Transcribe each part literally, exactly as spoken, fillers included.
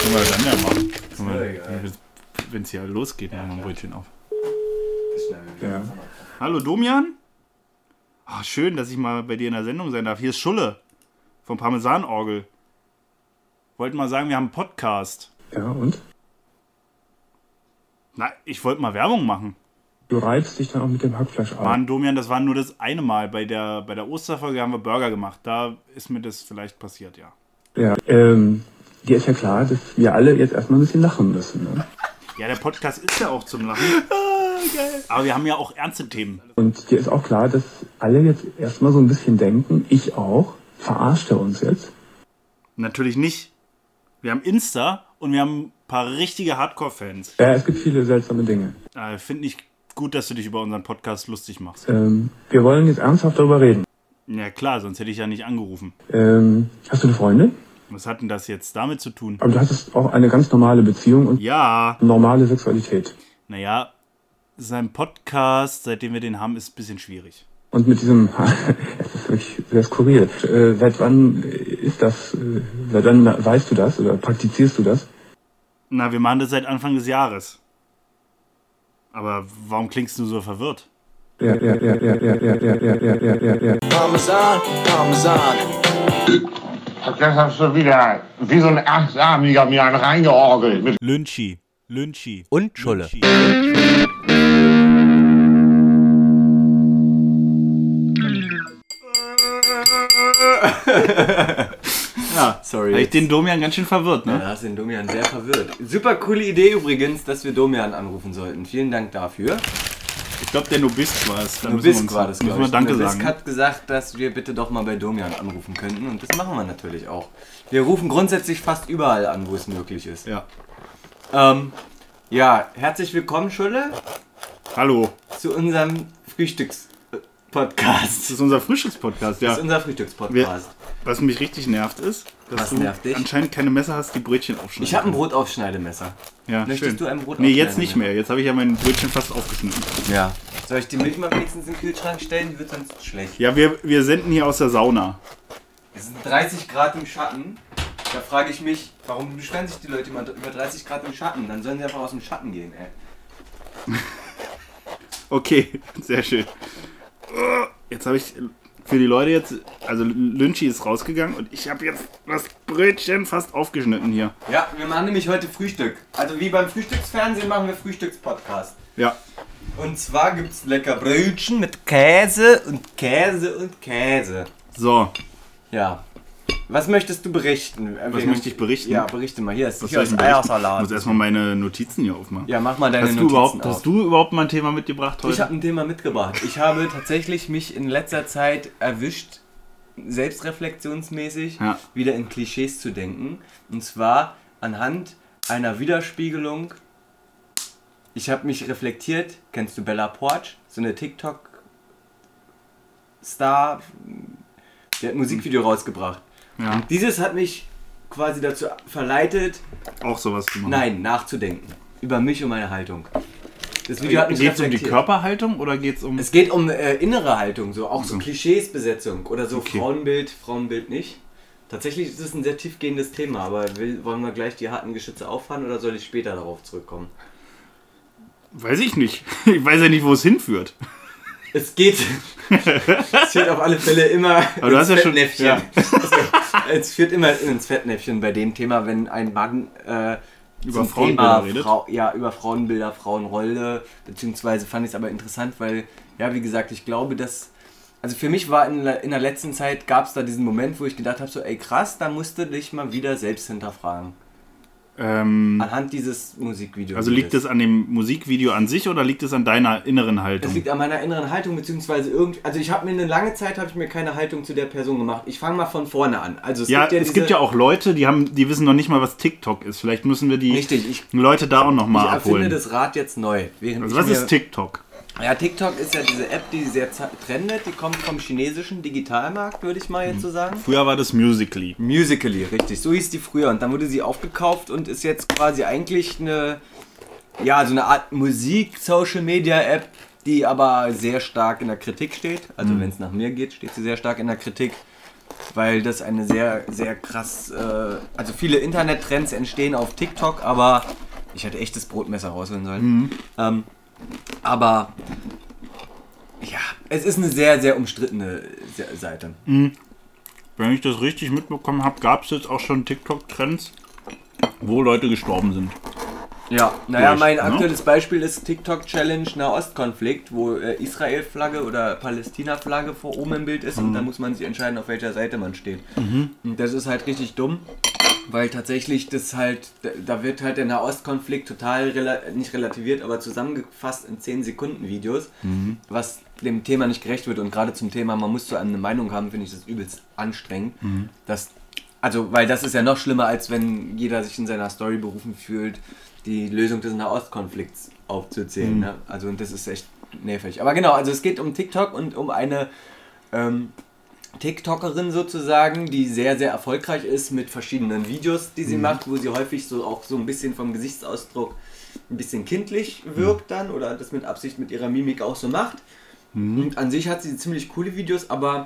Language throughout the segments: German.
Können wir dann ja machen. Wenn es hier losgeht, machen wir ein Brötchen auf. Ja. Hallo Domian? Ach, schön, dass ich mal bei dir in der Sendung sein darf. Hier ist Schulle vom Parmesanorgel. Wollte mal sagen, wir haben einen Podcast. Ja, und? Na, ich wollte mal Werbung machen. Du reibst dich dann auch mit dem Hackfleisch auf. Mann, Domian, das war nur das eine Mal. Bei der, bei der Osterfolge haben wir Burger gemacht. Da ist mir das vielleicht passiert, ja. Ja, ähm, dir ist ja klar, dass wir alle jetzt erstmal ein bisschen lachen müssen, ne? Ja, der Podcast ist ja auch zum Lachen. Aber wir haben ja auch ernste Themen. Und dir ist auch klar, dass alle jetzt erstmal so ein bisschen denken, ich auch, verarscht er uns jetzt? Natürlich nicht. Wir haben Insta und wir haben ein paar richtige Hardcore-Fans. Ja, es gibt viele seltsame Dinge. Ich finde nicht gut, dass du dich über unseren Podcast lustig machst. Ähm, wir wollen jetzt ernsthaft darüber reden. Ja klar, sonst hätte ich ja nicht angerufen. Ähm, hast du eine Freundin? Was hat denn das jetzt damit zu tun? Aber du hattest auch eine ganz normale Beziehung und Ja. normale Sexualität. Naja, sein Podcast, seitdem wir den haben, ist ein bisschen schwierig. Und mit diesem, es ist wirklich sehr skurril. Äh, seit wann ist das, äh, seit wann weißt du das oder praktizierst du das? Na, wir machen das seit Anfang des Jahres. Aber warum klingst du so verwirrt? Ja, ja, ja, ja, ja, ja, ja, ja, ja, ja, ja. Parmesan, Parmesan. Das hast du wieder wie so ein Achtarmiger mir einen reingeorgelt. Mit Lynchi, Lynchi. Und Schulle. Ja, sorry. Habe ich den Domian ganz schön verwirrt, ne? Ja, da hast du den Domian sehr verwirrt. Super coole Idee übrigens, dass wir Domian anrufen sollten. Vielen Dank dafür. Ich glaube, der Nubisk war es. Da Nubisk war das, glaube ich. Müssen wir Danke Nubisk sagen. hat gesagt, dass wir bitte doch mal bei Domian anrufen könnten. Und das machen wir natürlich auch. Wir rufen grundsätzlich fast überall an, wo es möglich ist. Ja. Ähm, ja, herzlich willkommen, Schulle, Hallo. zu unserem Frühstückspodcast. Das ist unser Frühstückspodcast, ja. Das ist unser Frühstückspodcast. Was mich richtig nervt ist, dass Was du nervt dich? anscheinend keine Messer hast, die Brötchen aufschneiden. Ich habe ein Brotaufschneidemesser. Ja, Möchtest schön. du ein Brot Nee, jetzt aufschneiden? nicht mehr. Jetzt habe ich ja mein Brötchen fast aufgeschnitten. Ja. Soll ich die Milch mal wenigstens in den Kühlschrank stellen? Die wird sonst schlecht. Ja, wir, wir senden hier aus der Sauna. Es sind dreißig Grad im Schatten. Da frage ich mich, warum beschweren sich die Leute immer über dreißig Grad im Schatten? Dann sollen sie einfach aus dem Schatten gehen, ey. Okay, sehr schön. Jetzt habe ich für die Leute jetzt, also Lynchi ist rausgegangen und ich habe jetzt das Brötchen fast aufgeschnitten hier. Ja, wir machen nämlich heute Frühstück. Also wie beim Frühstücksfernsehen machen wir Frühstückspodcast. Ja. Und zwar gibt's lecker Brötchen mit Käse und Käse und Käse. So, Ja. Was möchtest du berichten? was möchte ich berichten? Ja, berichte mal. Hier ist Was hier soll ich ist denn berichten? Eiersalat. Ich muss erstmal meine Notizen hier aufmachen. Ja, mach mal deine hast, du Notizen überhaupt, auf. hast du überhaupt mal ein Thema mitgebracht heute? Ich habe ein Thema mitgebracht. Ich habe tatsächlich mich in letzter Zeit erwischt, selbstreflexionsmäßig Ja. wieder in Klischees zu denken. Und zwar anhand einer Widerspiegelung. Ich habe mich reflektiert. Kennst du Bella Porch? So eine TikTok-Star. Die hat ein Musikvideo rausgebracht. Ja, Und dieses hat mich quasi dazu verleitet, auch sowas zu machen. nein, nachzudenken. Über mich und meine Haltung. Das Video hat mich Geht es um die reflektiert. Körperhaltung oder geht es um... Es geht um äh, innere Haltung, so auch so Mhm. Klischeesbesetzung oder so Okay. Frauenbild, Frauenbild nicht. Tatsächlich ist es ein sehr tiefgehendes Thema, aber will, wollen wir gleich die harten Geschütze auffahren oder soll ich später darauf zurückkommen? Weiß ich nicht. Ich weiß ja nicht, wo es hinführt. Es geht, es führt auf alle Fälle immer Aber du hast ja schon- Fettnäpfchen. ja. Es führt immer ins Fettnäpfchen bei dem Thema, wenn ein Mann äh, Über zum Frauenbilder Thema redet? Frau, ja, über Frauenbilder, Frauenrolle, beziehungsweise fand ich es aber interessant, weil, ja, wie gesagt, ich glaube, dass, also für mich war in, in der letzten Zeit, gab es da diesen Moment, wo ich gedacht habe, so, ey krass, da musst du dich mal wieder selbst hinterfragen. Ähm, Anhand dieses Musikvideos. also liegt es an dem Musikvideo an sich oder liegt es an deiner inneren Es Haltung? liegt an meiner inneren Haltung, beziehungsweise irgendwie, also ich habe mir eine lange Zeit, habe ich mir keine Haltung zu der Person gemacht. Ich fange mal von vorne an. Also es Ja, gibt ja es diese, gibt ja auch Leute, die haben, die wissen noch nicht mal, was TikTok ist. Vielleicht müssen wir die Richtig, ich, Leute da auch noch ich mal erfinde abholen. das Rad jetzt neu. Während Also ich was mir, ist TikTok? Ja, TikTok ist ja diese App, die sehr z- trendet. Die kommt vom chinesischen Digitalmarkt, würde ich mal jetzt so sagen. Früher war das Musical.ly. Musical.ly, richtig. So hieß die früher. Und dann wurde sie aufgekauft und ist jetzt quasi eigentlich eine, ja, so eine Art Musik-Social-Media-App, die aber sehr stark in der Kritik steht. Also wenn es nach mir geht, steht sie sehr stark in der Kritik. weil das eine sehr, sehr krass, äh, also viele Internettrends entstehen auf TikTok, aber ich hätte echt das Brotmesser rausholen sollen. Mhm. Ähm, aber ja, es ist eine sehr, sehr umstrittene Seite. Mhm. Wenn ich das richtig mitbekommen habe, gab es jetzt auch schon TikTok-Trends, wo Leute gestorben sind. Ja, naja, Durch, mein ne? aktuelles Beispiel ist TikTok-Challenge Nahostkonflikt, wo äh, Israel-Flagge oder Palästina-Flagge vor oben im Bild ist mhm. und da muss man sich entscheiden, auf welcher Seite man steht. Mhm. Und das ist halt richtig dumm, weil tatsächlich das halt, da wird halt der Nahostkonflikt total, rela- nicht relativiert, aber zusammengefasst in zehn Sekunden Videos, mhm. was dem Thema nicht gerecht wird und gerade zum Thema, man muss zu einem eine Meinung haben, finde ich das übelst anstrengend. Mhm. Das, also, weil das ist ja noch schlimmer, als wenn jeder sich in seiner Story berufen fühlt, die Lösung des Nahostkonflikts aufzuzählen. Mhm. Ne? Also und das ist echt nervig. Aber genau, also es geht um TikTok und um eine ähm, TikTokerin sozusagen, die sehr, sehr erfolgreich ist mit verschiedenen Videos, die sie mhm. macht, wo sie häufig so auch so ein bisschen vom Gesichtsausdruck ein bisschen kindlich wirkt mhm. dann oder das mit Absicht mit ihrer Mimik auch so macht. Mhm. Und an sich hat sie ziemlich coole Videos, aber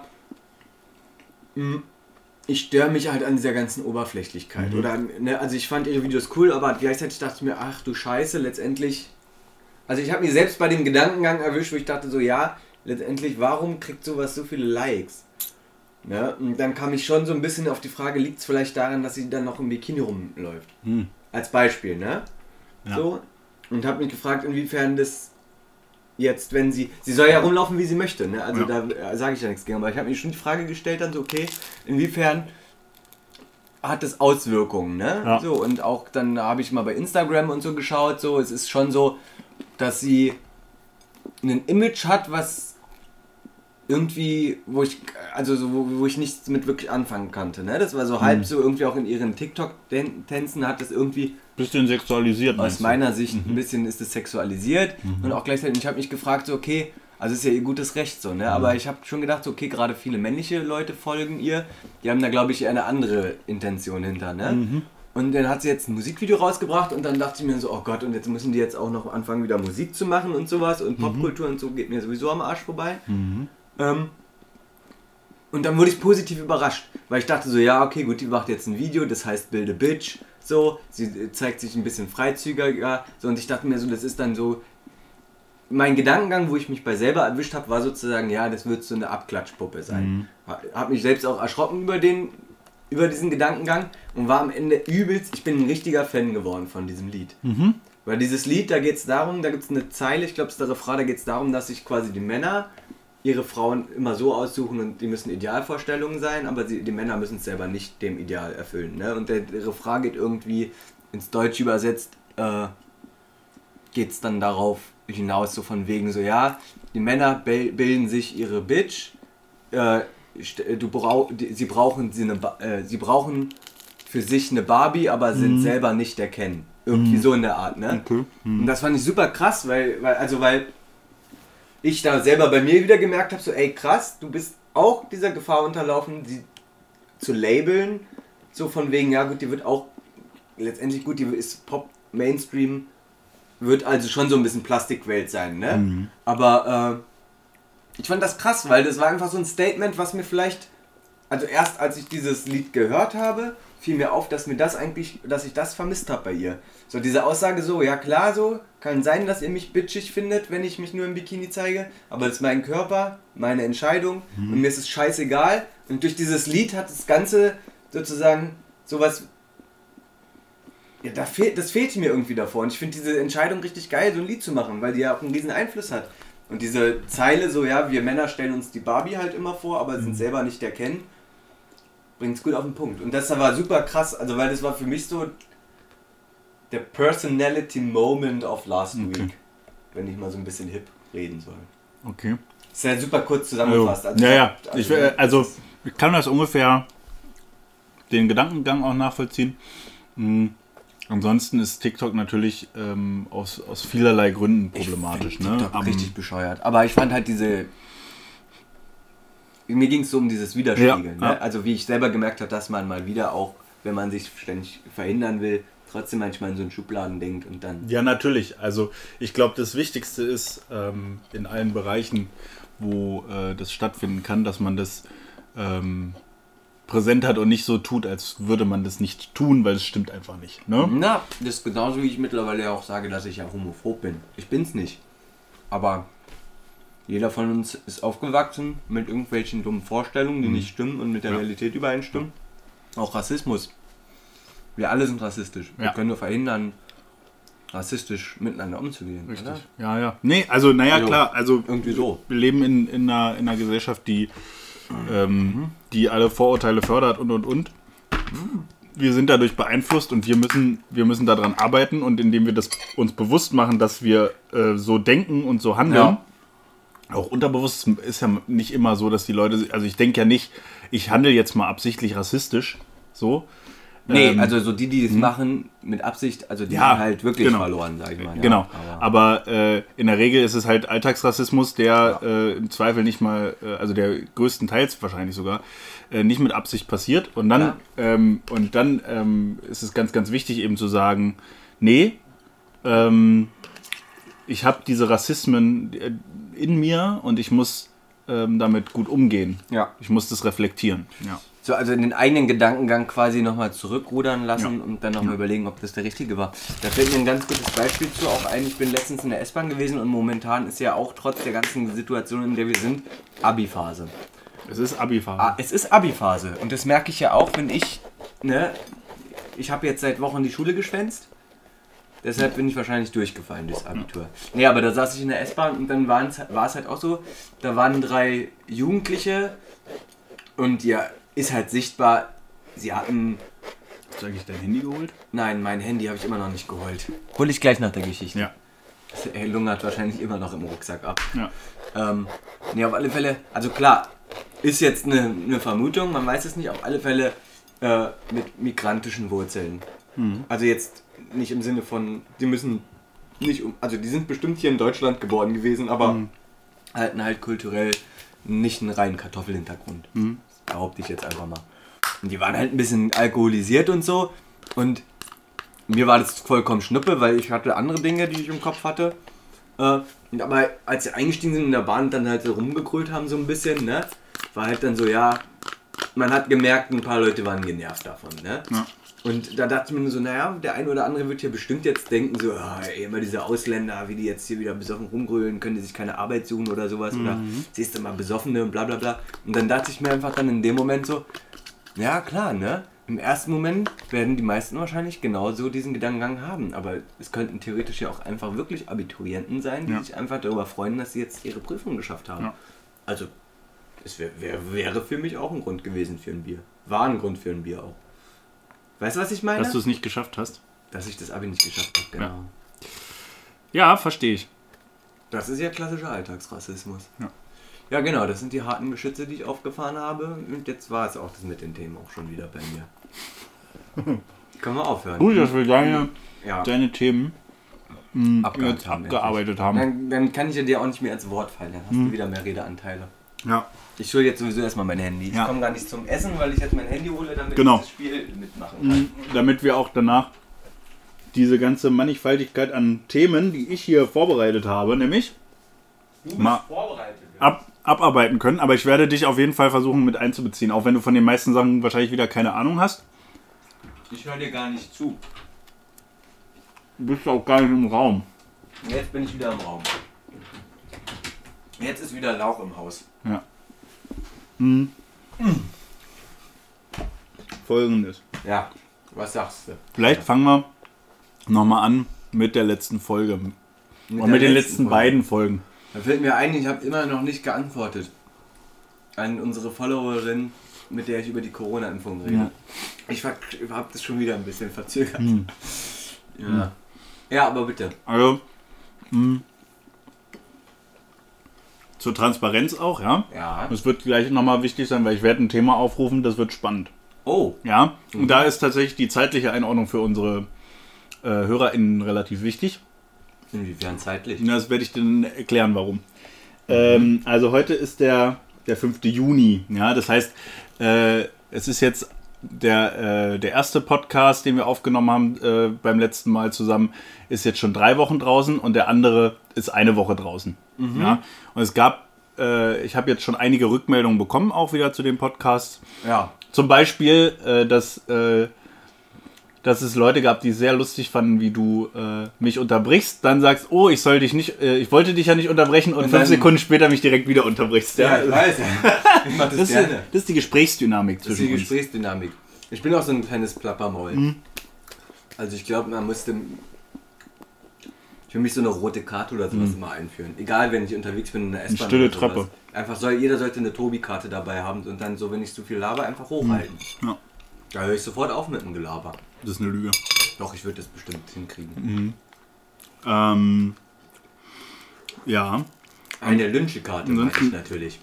mh, ich störe mich halt an dieser ganzen Oberflächlichkeit. Mhm. Oder, ne, also ich fand ihre Videos cool, aber gleichzeitig dachte ich mir, ach du Scheiße, letztendlich... Also ich habe mich selbst bei dem Gedankengang erwischt, wo ich dachte so, ja, letztendlich, warum kriegt sowas so viele Likes? Ne? Und dann kam ich schon so ein bisschen auf die Frage, liegt es vielleicht daran, dass sie dann noch im Bikini rumläuft? Mhm. Als Beispiel, ne? Ja. So. Und habe mich gefragt, inwiefern das jetzt, wenn sie... Sie soll ja rumlaufen, wie sie möchte, ne? Also ja. da sage ich ja nichts gegen. Aber ich habe mir schon die Frage gestellt, dann so, okay, inwiefern hat das Auswirkungen, ne? Ja. So, und auch dann habe ich mal bei Instagram und so geschaut, so, es ist schon so, dass sie ein Image hat, was irgendwie, wo ich, also so, wo, wo ich nichts mit wirklich anfangen konnte, ne? Das war so mhm. halb so irgendwie auch in ihren TikTok-Tänzen hat das irgendwie... Bisschen sexualisiert. Aus meiner Sicht mhm. ein bisschen ist es sexualisiert mhm. und auch gleichzeitig, ich habe mich gefragt, so okay, also ist ja ihr gutes Recht so, ne? Mhm. Aber ich habe schon gedacht, so, okay, gerade viele männliche Leute folgen ihr, die haben da glaube ich eine andere Intention hinter, ne? Mhm. Und dann hat sie jetzt ein Musikvideo rausgebracht und dann dachte ich mir so, oh Gott, und jetzt müssen die jetzt auch noch anfangen wieder Musik zu machen und sowas und Popkultur mhm. und so geht mir sowieso am Arsch vorbei. Mhm. Ähm, und dann wurde ich positiv überrascht, weil ich dachte so, ja okay, gut, die macht jetzt ein Video, das heißt Build a Bitch. So, sie zeigt sich ein bisschen freizügiger, so, und ich dachte mir so, das ist dann so, mein Gedankengang, wo ich mich bei selber erwischt habe, war sozusagen, ja, das wird so eine Abklatschpuppe sein. Mhm. Habe mich selbst auch erschrocken über den, über diesen Gedankengang und war am Ende übelst, ich bin ein richtiger Fan geworden von diesem Lied. Mhm. Weil dieses Lied, da geht es darum, da gibt es eine Zeile, ich glaube, es ist der Refrain, da geht es darum, dass sich quasi die Männer ihre Frauen immer so aussuchen und die müssen Idealvorstellungen sein, aber sie, die Männer müssen es selber nicht dem Ideal erfüllen. Ne? Und der, der Refrain geht irgendwie ins Deutsche übersetzt, äh, geht es dann darauf hinaus, so von wegen so, ja, die Männer be- bilden sich ihre Bitch, äh, du brau- die, sie, brauchen sie, eine, äh, sie brauchen für sich eine Barbie, aber sind mhm. selber nicht der Ken. Irgendwie mhm. so in der Art, ne? Okay. Mhm. Und das fand ich super krass, weil, weil, also weil ich da selber bei mir wieder gemerkt habe, so ey krass, du bist auch dieser Gefahr unterlaufen, sie zu labeln, so von wegen, ja gut, die wird auch letztendlich gut, die ist Pop, Mainstream, wird also schon so ein bisschen Plastikwelt sein, ne? Mhm. Aber äh, ich fand das krass, weil das war einfach so ein Statement, was mir vielleicht, also erst als ich dieses Lied gehört habe, fiel mir auf, dass mir das eigentlich, dass ich das vermisst habe bei ihr. So diese Aussage so, ja klar so, kann sein, dass ihr mich bitchig findet, wenn ich mich nur im Bikini zeige, aber das ist mein Körper, meine Entscheidung mhm. und mir ist es scheißegal. Und durch dieses Lied hat das Ganze sozusagen sowas, ja, da fehlt, das fehlt mir irgendwie davor. Und ich finde diese Entscheidung richtig geil, so ein Lied zu machen, weil die ja auch einen riesen Einfluss hat. Und diese Zeile so, ja, wir Männer stellen uns die Barbie halt immer vor, aber mhm. sind selber nicht der Ken, bringt es gut auf den Punkt. Und das war super krass, also weil das war für mich so der Personality Moment of last okay. week, wenn ich mal so ein bisschen hip reden soll. Okay. Das ist ja super kurz zusammengefasst. Also, ja, ja. Also, ich, äh, also ich kann das ungefähr den Gedankengang auch nachvollziehen. Mhm. Ansonsten ist TikTok natürlich ähm, aus, aus vielerlei Gründen problematisch. Ich TikTok ne? richtig um, bescheuert. Aber ich fand halt diese... Mir ging es so um dieses Widerspiegeln. Ja, ne? ja. Also wie ich selber gemerkt habe, dass man mal wieder auch, wenn man sich ständig verhindern will, trotzdem manchmal in so einen Schubladen denkt und dann... Ja, natürlich. Also ich glaube, das Wichtigste ist ähm, in allen Bereichen, wo äh, das stattfinden kann, dass man das ähm, präsent hat und nicht so tut, als würde man das nicht tun, weil es stimmt einfach nicht. Ne? Na, das ist genauso wie ich mittlerweile ja auch sage, dass ich ja homophob bin. Ich bin's nicht. Aber jeder von uns ist aufgewachsen mit irgendwelchen dummen Vorstellungen, die mhm. nicht stimmen und mit der ja. Realität übereinstimmen. Auch Rassismus. Wir alle sind rassistisch. Ja. Wir können nur verhindern, rassistisch miteinander umzugehen. Richtig. Oder? Ja, ja. Nee, also naja, also, klar, also irgendwie so. Wir leben in, in, einer, in einer Gesellschaft, die, ähm, mhm. die alle Vorurteile fördert und und und. Mhm. Wir sind dadurch beeinflusst und wir müssen, wir müssen daran arbeiten, und indem wir das uns bewusst machen, dass wir äh, so denken und so handeln, ja. auch unterbewusst ist ja nicht immer so, dass die Leute, also ich denke ja nicht, ich handle jetzt mal absichtlich rassistisch, so. Nee, ähm, also so die, die das hm. machen mit Absicht, also die ja, sind halt wirklich genau. verloren, sag ich mal. Ja, genau, aber, aber äh, in der Regel ist es halt Alltagsrassismus, der ja. äh, im Zweifel nicht mal, äh, also der größtenteils wahrscheinlich sogar, äh, nicht mit Absicht passiert. Und dann, ja. ähm, und dann ähm, ist es ganz, ganz wichtig eben zu sagen, nee, ähm, ich habe diese Rassismen in mir und ich muss ähm, damit gut umgehen. Ja. Ich muss das reflektieren. Ja. So, also den eigenen Gedankengang quasi nochmal zurückrudern lassen ja. und dann nochmal ja. überlegen, ob das der richtige war. Da fällt mir ein ganz gutes Beispiel zu auch ein. Ich bin letztens in der S-Bahn gewesen und momentan ist ja auch trotz der ganzen Situation, in der wir sind, Abi-Phase. Es ist Abi-Phase. Ah, es ist Abi-Phase und das merke ich ja auch, wenn ich, ne, ich habe jetzt seit Wochen die Schule geschwänzt. Deshalb bin ich wahrscheinlich durchgefallen, das Abitur. Ja. Nee, aber da saß ich in der S-Bahn und dann war es halt auch so, da waren drei Jugendliche und ja, ist halt sichtbar, sie hatten... Hast du eigentlich dein Handy geholt? Nein, mein Handy habe ich immer noch nicht geholt. Hol ich gleich nach der Geschichte. Ja. Das lungert wahrscheinlich immer noch im Rucksack ab. Ja. Ähm, nee, auf alle Fälle, also klar, ist jetzt eine, eine Vermutung, man weiß es nicht, auf alle Fälle äh, mit migrantischen Wurzeln. Mhm. Also jetzt nicht im Sinne von, die müssen nicht um, also die sind bestimmt hier in Deutschland geboren gewesen, aber mhm. halten halt kulturell nicht einen reinen Kartoffelhintergrund. Mhm. Behaupte ich jetzt einfach mal. Und die waren halt ein bisschen alkoholisiert und so. Und mir war das vollkommen schnuppe, weil ich hatte andere Dinge, die ich im Kopf hatte. Äh, aber als sie eingestiegen sind in der Bahn und dann halt so rumgekrölt haben so ein bisschen, ne, war halt dann so, ja, man hat gemerkt, ein paar Leute waren genervt davon, ne. Ja. Und da dachte ich mir nur so, naja, der eine oder andere wird hier bestimmt jetzt denken, so, oh, ey, immer diese Ausländer, wie die jetzt hier wieder besoffen rumgrölen, können die sich keine Arbeit suchen oder sowas, mhm. oder siehst du mal Besoffene und bla bla bla. Und dann dachte ich mir einfach dann in dem Moment so, ja klar, ne, im ersten Moment werden die meisten wahrscheinlich genauso diesen Gedankengang haben, aber es könnten theoretisch ja auch einfach wirklich Abiturienten sein, die ja. sich einfach darüber freuen, dass sie jetzt ihre Prüfung geschafft haben. Ja. Also, es wär, wär, wäre für mich auch ein Grund gewesen für ein Bier. War ein Grund für ein Bier auch. Weißt du, was ich meine? Dass du es nicht geschafft hast? Dass ich das Abi nicht geschafft habe, genau. Ja, ja, verstehe ich. Das ist ja klassischer Alltagsrassismus. Ja. Ja, genau, das sind die harten Geschütze, die ich aufgefahren habe. Und jetzt war es auch das mit den Themen auch schon wieder bei mir. Können wir aufhören? Gut, dass wir deine, ja. deine Themen mh, Abgehakt jetzt haben, abgearbeitet haben. Dann, dann kann ich ja dir auch nicht mehr ins Wort fallen. Dann hast hm. du wieder mehr Redeanteile. Ja. Ich hole jetzt sowieso erstmal mein Handy. Ich ja. komme gar nicht zum Essen, weil ich jetzt mein Handy hole, damit genau. ich das Spiel mitmachen kann. Mhm. Damit wir auch danach diese ganze Mannigfaltigkeit an Themen, die ich hier vorbereitet habe, nämlich mal ab, abarbeiten können. Aber ich werde dich auf jeden Fall versuchen mit einzubeziehen, auch wenn du von den meisten Sachen wahrscheinlich wieder keine Ahnung hast. Ich höre dir gar nicht zu. Du bist auch gar nicht im Raum. Jetzt bin ich wieder im Raum. Jetzt ist wieder Lauch im Haus. Ja. Mhm. Mhm. Folgendes. Ja, was sagst du? Vielleicht fangen wir nochmal an mit der letzten Folge. Mit, Und mit den letzten Folge. beiden Folgen. Da fällt mir ein, ich habe immer noch nicht geantwortet an unsere Followerin, mit der ich über die Corona-Impfung rede. Ja. Ich habe das schon wieder ein bisschen verzögert. Mhm. Ja. Mhm. Ja, aber bitte. Also, mh. zur Transparenz auch, ja? Ja. Das wird gleich nochmal wichtig sein, weil ich werde ein Thema aufrufen, das wird spannend. Oh. Ja, und mhm. da ist tatsächlich die zeitliche Einordnung für unsere äh, HörerInnen relativ wichtig. Inwiefern zeitlich? Das werde ich dir erklären, warum. Mhm. Ähm, also heute ist der, der fünfte Juni, ja, das heißt, äh, es ist jetzt der, äh, der erste Podcast, den wir aufgenommen haben äh, beim letzten Mal zusammen, ist jetzt schon drei Wochen draußen und der andere ist eine Woche draußen. Mhm. Ja? Und es gab, äh, ich habe jetzt schon einige Rückmeldungen bekommen, auch wieder zu dem Podcast. Ja. Zum Beispiel, äh, dass, äh, dass es Leute gab, die sehr lustig fanden, wie du äh, mich unterbrichst, dann sagst, oh, ich soll dich nicht, äh, ich wollte dich ja nicht unterbrechen und, und fünf Sekunden später mich direkt wieder unterbrichst. Ja, ich weiß. Ich mach das, das, gerne. Ist, das ist die Gesprächsdynamik Das ist zwischen die uns. Gesprächsdynamik. Ich bin auch so ein kleines Plappermaul. Mhm. Also ich glaube, man müsste für mich so eine rote Karte oder sowas Mhm. immer einführen. Egal, wenn ich unterwegs bin in der S-Bahn. Eine stille oder sowas. Treppe. Einfach soll, jeder sollte eine Tobi-Karte dabei haben und dann so, wenn ich zu viel laber, einfach hochhalten. Ja. Da höre ich sofort auf mit dem Gelaber. Das ist eine Lüge. Doch, ich würde das bestimmt hinkriegen. Mhm. Ähm, ja. Eine Lynche-Karte meine ich natürlich.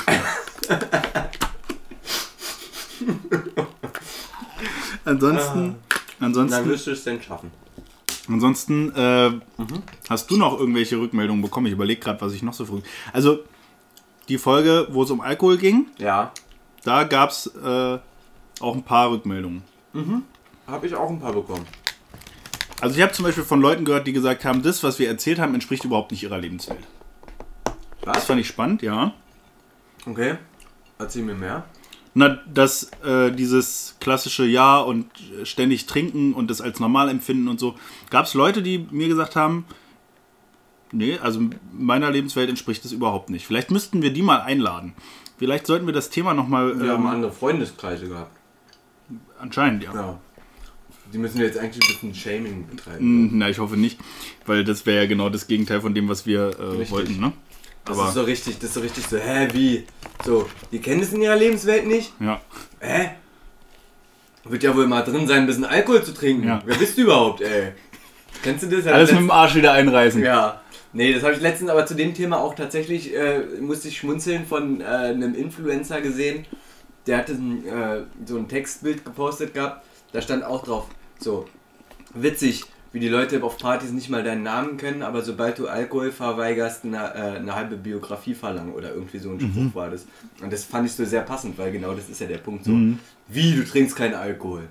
Ansonsten, Dann ansonsten, wirst du es denn schaffen. ansonsten äh, Mhm. hast du noch irgendwelche Rückmeldungen bekommen? Ich überlege gerade, was ich noch so früh. Also die Folge, wo es um Alkohol ging, Ja. da gab es äh, auch ein paar Rückmeldungen. Habe ich auch ein paar bekommen. Also ich habe zum Beispiel von Leuten gehört, die gesagt haben, das, was wir erzählt haben, entspricht überhaupt nicht ihrer Lebenswelt. Das Was? fand ich spannend, ja. Okay. Erzähl mir mehr. Na, dass äh, dieses klassische Ja und ständig trinken und das als normal empfinden und so. Gab es Leute, die mir gesagt haben, nee, also meiner Lebenswelt entspricht das überhaupt nicht. Vielleicht müssten wir die mal einladen. Vielleicht sollten wir das Thema nochmal... Wir haben Ähm, andere Freundeskreise gehabt. anscheinend, ja. Ja. Die müssen wir jetzt eigentlich ein bisschen Shaming betreiben. Mm, Na, ich hoffe nicht, weil das wäre ja genau das Gegenteil von dem, was wir äh, Richtig. wollten, ne? Das Aber ist so richtig, das ist so richtig so, hä, wie? So, die kennen es in ihrer Lebenswelt nicht? ja, Hä? Wird ja wohl mal drin sein, ein bisschen Alkohol zu trinken. Ja. Wer bist du überhaupt, ey? Kennst du das? alles mit dem Arsch wieder einreißen. Ja. Nee, das habe ich letztens aber zu dem Thema auch tatsächlich, äh, musste ich schmunzeln, von äh, einem Influencer gesehen. Der hatte ein, äh, so ein Textbild gepostet gehabt, da stand auch drauf, so, witzig, wie die Leute auf Partys nicht mal deinen Namen kennen, aber sobald du Alkohol verweigerst, eine, äh, eine halbe Biografie verlangen oder irgendwie so ein Spruch Mhm. war das. Und das fand ich so sehr passend, weil genau das ist ja der Punkt so. Mhm. Wie, du trinkst keinen Alkohol?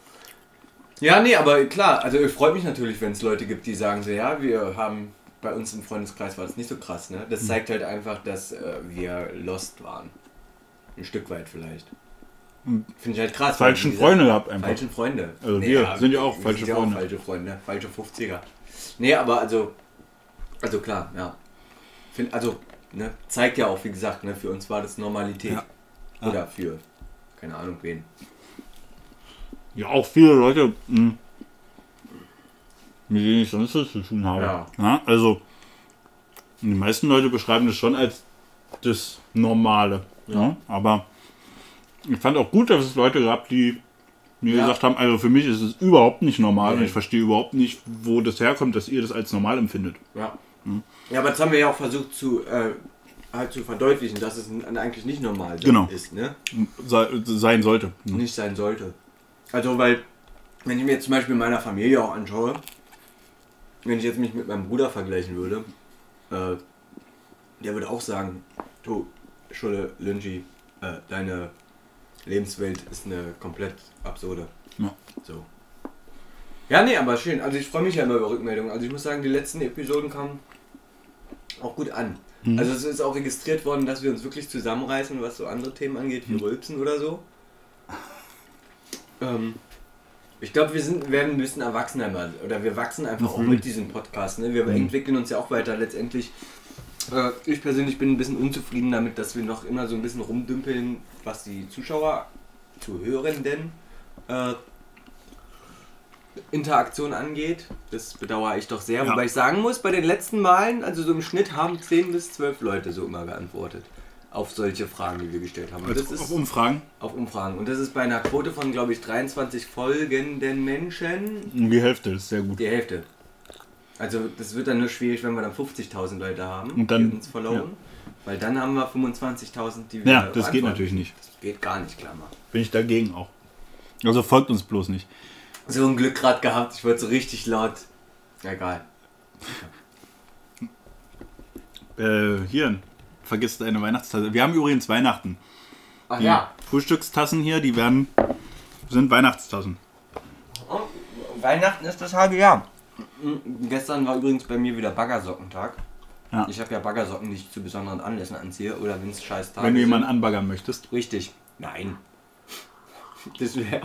Ja, nee, aber klar, also es freut mich natürlich, wenn es Leute gibt, die sagen so, ja, wir haben, bei uns im Freundeskreis war das nicht so krass, ne? Das zeigt halt einfach, dass äh, wir lost waren. Ein Stück weit vielleicht. Finde ich halt krass. weil, Falschen wie gesagt, Freunde gehabt einfach. Falschen Freunde. Also wir sind ja auch wir falsche sind ja Freunde. Auch falsche Freunde. Falsche fünfziger. Nee, aber also, also klar, ja. Find, also, ne, zeigt ja auch, wie gesagt, ne, für uns war das Normalität. Ja. Oder für, keine Ahnung wen. Ja, auch viele Leute, mh, mit denen ich sonst was zu tun habe. Ja. Ja, also, die meisten Leute beschreiben das schon als das Normale. Ja. Aber ich fand auch gut, dass es Leute gab, die mir Ja. gesagt haben, also für mich ist es überhaupt nicht normal und Nee. ich verstehe überhaupt nicht, wo das herkommt, dass ihr das als normal empfindet. Ja. Hm. Ja, aber das haben wir ja auch versucht zu, äh, halt zu verdeutlichen, dass es n- eigentlich nicht normal Genau. ist, ne? Se sein sollte. Hm. Nicht sein sollte. Also, weil, wenn ich mir jetzt zum Beispiel meiner Familie auch anschaue, wenn ich jetzt mich mit meinem Bruder vergleichen würde, äh, der würde auch sagen, du, Schulle, Lynchi, äh, deine Lebenswelt ist eine komplett absurde. Ja. So. Ja, nee, aber schön. Also ich freue mich ja immer über Rückmeldungen. Also ich muss sagen, die letzten Episoden kamen auch gut an. Mhm. Also es ist auch registriert worden, dass wir uns wirklich zusammenreißen, was so andere Themen angeht, wie Mhm. Rülpsen oder so. Ähm, ich glaube, wir sind, werden ein bisschen erwachsener mal. Oder wir wachsen einfach auch Mhm. mit diesem Podcast. Ne? Wir Mhm. entwickeln uns ja auch weiter. Letztendlich, äh, ich persönlich bin ein bisschen unzufrieden damit, dass wir noch immer so ein bisschen rumdümpeln, was die Zuschauer, Zuhörenden, äh, Interaktion angeht. Das bedauere ich doch sehr. Ja. Wobei ich sagen muss, bei den letzten Malen, also so im Schnitt haben zehn bis zwölf Leute so immer geantwortet. Auf solche Fragen, die wir gestellt haben. Und Also das ist auf Umfragen. auf Umfragen. Und das ist bei einer Quote von, glaube ich, dreiundzwanzig folgenden Menschen Die Hälfte ist sehr gut. die Hälfte. Also das wird dann nur schwierig, wenn wir dann fünfzigtausend Leute haben, Und dann- die uns followen. ja. Weil dann haben wir fünfundzwanzigtausend, die wir Ja, das geht beantworten. natürlich nicht. Das geht gar nicht, klar mal. Bin ich dagegen auch. Also folgt uns bloß nicht. So ein Glück gerade gehabt, ich wollte so richtig laut. Egal. Äh, hier, vergiss deine Weihnachtstasse. Wir haben übrigens Weihnachten. Ach Die ja. Frühstückstassen hier, die werden, sind Weihnachtstassen. Oh, Weihnachten ist das halbe Jahr. Mhm, Gestern war übrigens bei mir wieder Baggersockentag. Ja. Ich habe ja Baggersocken, die ich zu besonderen Anlässen anziehe oder wenn es scheiß Tage Wenn du sind. jemanden anbaggern möchtest. Richtig. Nein. Das wäre...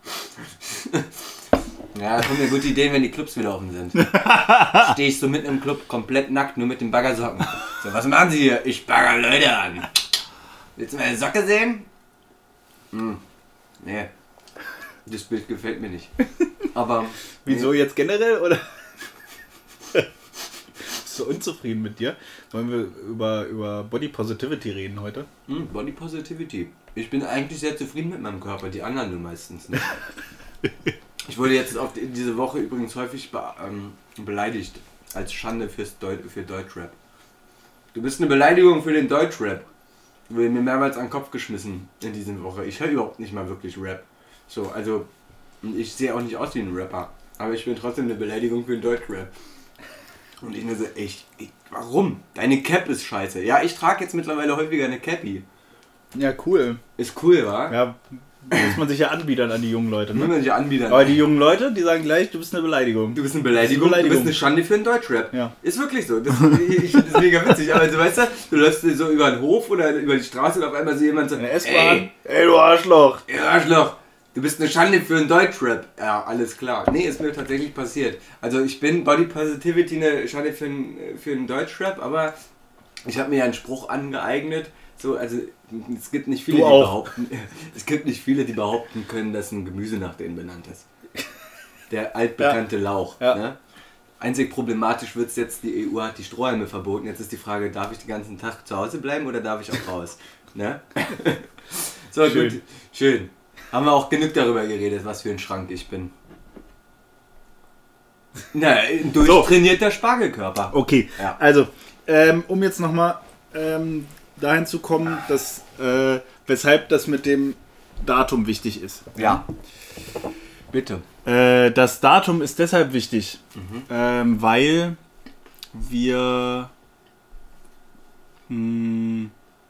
Ja, da kommen mir gute Ideen, wenn die Clubs wieder offen sind. Stehe ich so mitten im Club, komplett nackt, nur mit den Baggersocken. So, was machen Sie hier? Ich bagger Leute an. Willst du meine Socke sehen? Hm. Nee. Das Bild gefällt mir nicht. Aber... Wieso nee. Jetzt generell, oder? Bist du unzufrieden mit dir? Wollen wir über, über Body Positivity reden heute? Hm, Body Positivity. Ich bin eigentlich sehr zufrieden mit meinem Körper, die anderen nur meistens nicht. Ich wurde jetzt auf die, diese Woche übrigens häufig be, ähm, beleidigt als Schande fürs Deu für Deutschrap. Du bist eine Beleidigung für den Deutschrap. Wurde mir mehrmals an den Kopf geschmissen in dieser Woche. Ich höre überhaupt nicht mal wirklich Rap. So, also ich sehe auch nicht aus wie ein Rapper, aber ich bin trotzdem eine Beleidigung für den Deutschrap. Und ich nur so, echt, ich, warum? Deine Cap ist scheiße. Ja, ich trage jetzt mittlerweile häufiger eine Cappy. Ja, cool. Ist cool, wa? Ja, muss man sich ja anbiedern an die jungen Leute, ne? Muss man sich anbiedern. Aber die jungen Leute, die sagen gleich, du bist eine Beleidigung. Du bist eine Beleidigung, du bist eine Schande für den Deutschrap. Ja. Ist wirklich so. Das, ich, das ist mega witzig. Aber du weißt ja, du läufst so über den Hof oder über die Straße und auf einmal sieht jemand so, ey, ey, du Arschloch. Ey, Arschloch. Du bist eine Schande für den Deutschrap. Ja, alles klar. Nee, ist mir tatsächlich passiert. Also ich bin Body Positivity eine Schande für den, für den Deutschrap, aber ich habe mir ja einen Spruch angeeignet. So, also es gibt nicht viele, die behaupten, es gibt nicht viele, die behaupten können, dass ein Gemüse nach denen benannt ist. Der altbekannte ja. Lauch. Ja. Ne? Einzig problematisch wird es jetzt, die E U hat die Strohhalme verboten. Jetzt ist die Frage, darf ich den ganzen Tag zu Hause bleiben oder darf ich auch raus? Ne? So, schön. Gut. Schön. Haben wir auch genug darüber geredet, was für ein Schrank ich bin. Na, ein durchtrainierter so. Spargelkörper. Okay, ja. Also, ähm, um jetzt nochmal ähm, dahin zu kommen, dass, äh, weshalb das mit dem Datum wichtig ist. Ja. Bitte. Äh, das Datum ist deshalb wichtig, mhm. ähm, weil wir mh,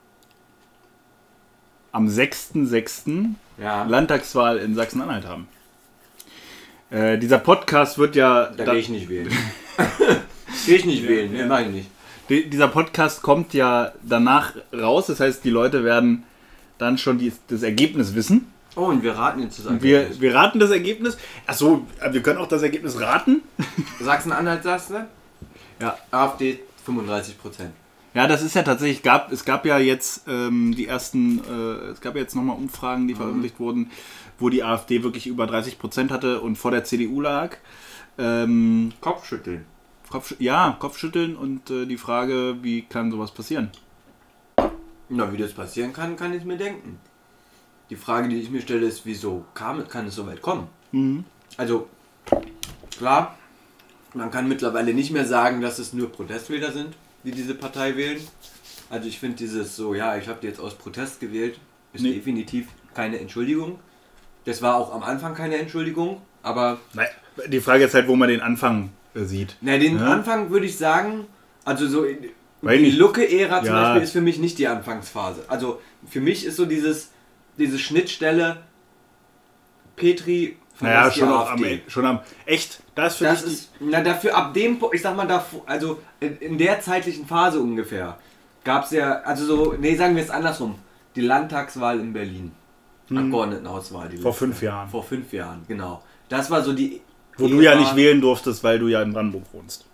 am sechsten sechsten Ja. Landtagswahl in Sachsen-Anhalt haben. Äh, dieser Podcast wird ja... Da, da gehe ich nicht wählen. Gehe ich nicht ja, wählen, ne, mach ich nicht. Die, dieser Podcast kommt ja danach raus, das heißt, die Leute werden dann schon die, das Ergebnis wissen. Oh, und wir raten jetzt das Ergebnis. Wir, wir raten das Ergebnis. Achso, wir können auch das Ergebnis raten. Sachsen-Anhalt, sagst du? Ja, AfD fünfunddreißig Prozent. Ja, das ist ja tatsächlich, gab, es gab ja jetzt ähm, die ersten, äh, es gab ja jetzt nochmal Umfragen, die mhm. veröffentlicht wurden, wo die AfD wirklich über dreißig Prozent hatte und vor der C D U lag. Ähm, Kopfschütteln. Kopf, ja, Kopfschütteln und äh, die Frage, wie kann sowas passieren? Na, wie das passieren kann, kann ich mir denken. Die Frage, die ich mir stelle, ist, wieso kam, kann es so weit kommen? Mhm. Also, klar, man kann mittlerweile nicht mehr sagen, dass es nur Protestwähler sind, die diese Partei wählen. Also ich finde dieses so, ja, ich habe die jetzt aus Protest gewählt, ist nee. definitiv keine Entschuldigung. Das war auch am Anfang keine Entschuldigung, aber... Nein, die Frage ist halt, wo man den Anfang äh, sieht. Na, den ja? Anfang würde ich sagen, also so Weil die Lucke-Ära zum ja. Beispiel ist für mich nicht die Anfangsphase. Also für mich ist so dieses, diese Schnittstelle Petri... Naja, schon am, schon am... Echt? Das, das ist... Na, dafür ab dem... Ich sag mal, davor, also in, in der zeitlichen Phase ungefähr gab es ja... Also so... Nee, sagen wir es andersrum. Die Landtagswahl in Berlin. Hm. Abgeordnetenhauswahl. Die Vor letzte. fünf Jahren. Vor fünf Jahren, genau. Das war so die... Wo du ja nicht wählen durftest, weil du ja in Brandenburg wohnst.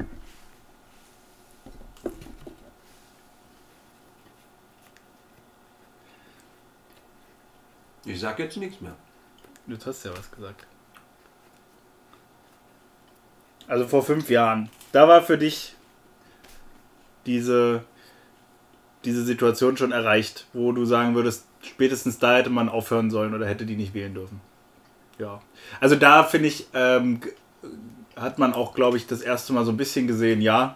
Ich sag jetzt nichts mehr. Du hast ja was gesagt. Also vor fünf Jahren. Da war für dich diese, diese Situation schon erreicht, wo du sagen würdest, spätestens da hätte man aufhören sollen oder hätte die nicht wählen dürfen. Ja. Also da finde ich, ähm, hat man auch, glaube ich, das erste Mal so ein bisschen gesehen, ja.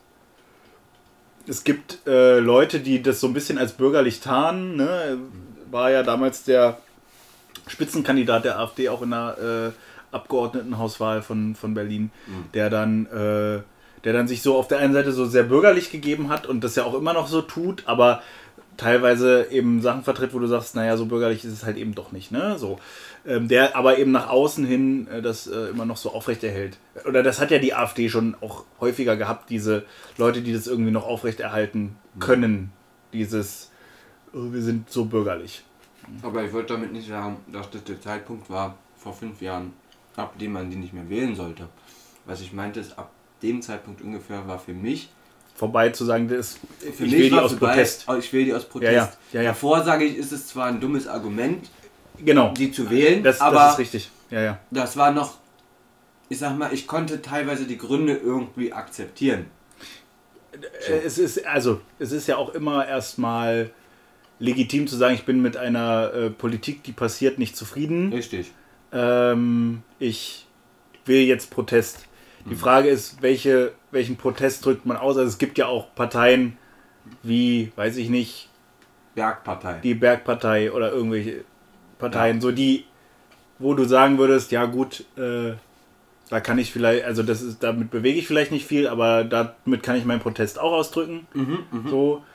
Es gibt äh, Leute, die das so ein bisschen als bürgerlich tarnen. Ne? War ja damals der Spitzenkandidat der AfD auch in der äh, Abgeordnetenhauswahl von, von Berlin, mhm. der dann äh, der dann sich so auf der einen Seite so sehr bürgerlich gegeben hat und das ja auch immer noch so tut, aber teilweise eben Sachen vertritt, wo du sagst, naja, so bürgerlich ist es halt eben doch nicht, ne? So. Ähm, der aber eben nach außen hin äh, das äh, immer noch so aufrechterhält. Oder das hat ja die AfD schon auch häufiger gehabt, diese Leute, die das irgendwie noch aufrechterhalten können. Mhm. Dieses, oh, wir sind so bürgerlich. Aber ich wollte damit nicht sagen, dass das der Zeitpunkt war, vor fünf Jahren, ab dem man die nicht mehr wählen sollte. Was ich meinte ist, ab dem Zeitpunkt ungefähr war für mich... Vorbei zu sagen, das Für ich mich will die war aus vorbei, Protest. Ich wähle die aus Protest. Ja, ja, ja, ja. Davor sage ich, ist es zwar ein dummes Argument, Genau. die zu wählen, Das, aber das ist richtig. Ja, ja. das war noch, ich sag mal, ich konnte teilweise die Gründe irgendwie akzeptieren. Äh, Es ist, also, es ist ja auch immer erstmal legitim zu sagen, ich bin mit einer äh, Politik, die passiert, nicht zufrieden. Richtig. Ähm, ich will jetzt Protest. Die Frage ist, welche, welchen Protest drückt man aus? Also es gibt ja auch Parteien wie, weiß ich nicht, Bergpartei. die Bergpartei oder irgendwelche Parteien, Ja. so die, wo du sagen würdest, ja gut, äh, da kann ich vielleicht, also das ist, damit bewege ich vielleicht nicht viel, aber damit kann ich meinen Protest auch ausdrücken. Mhm, mh. So.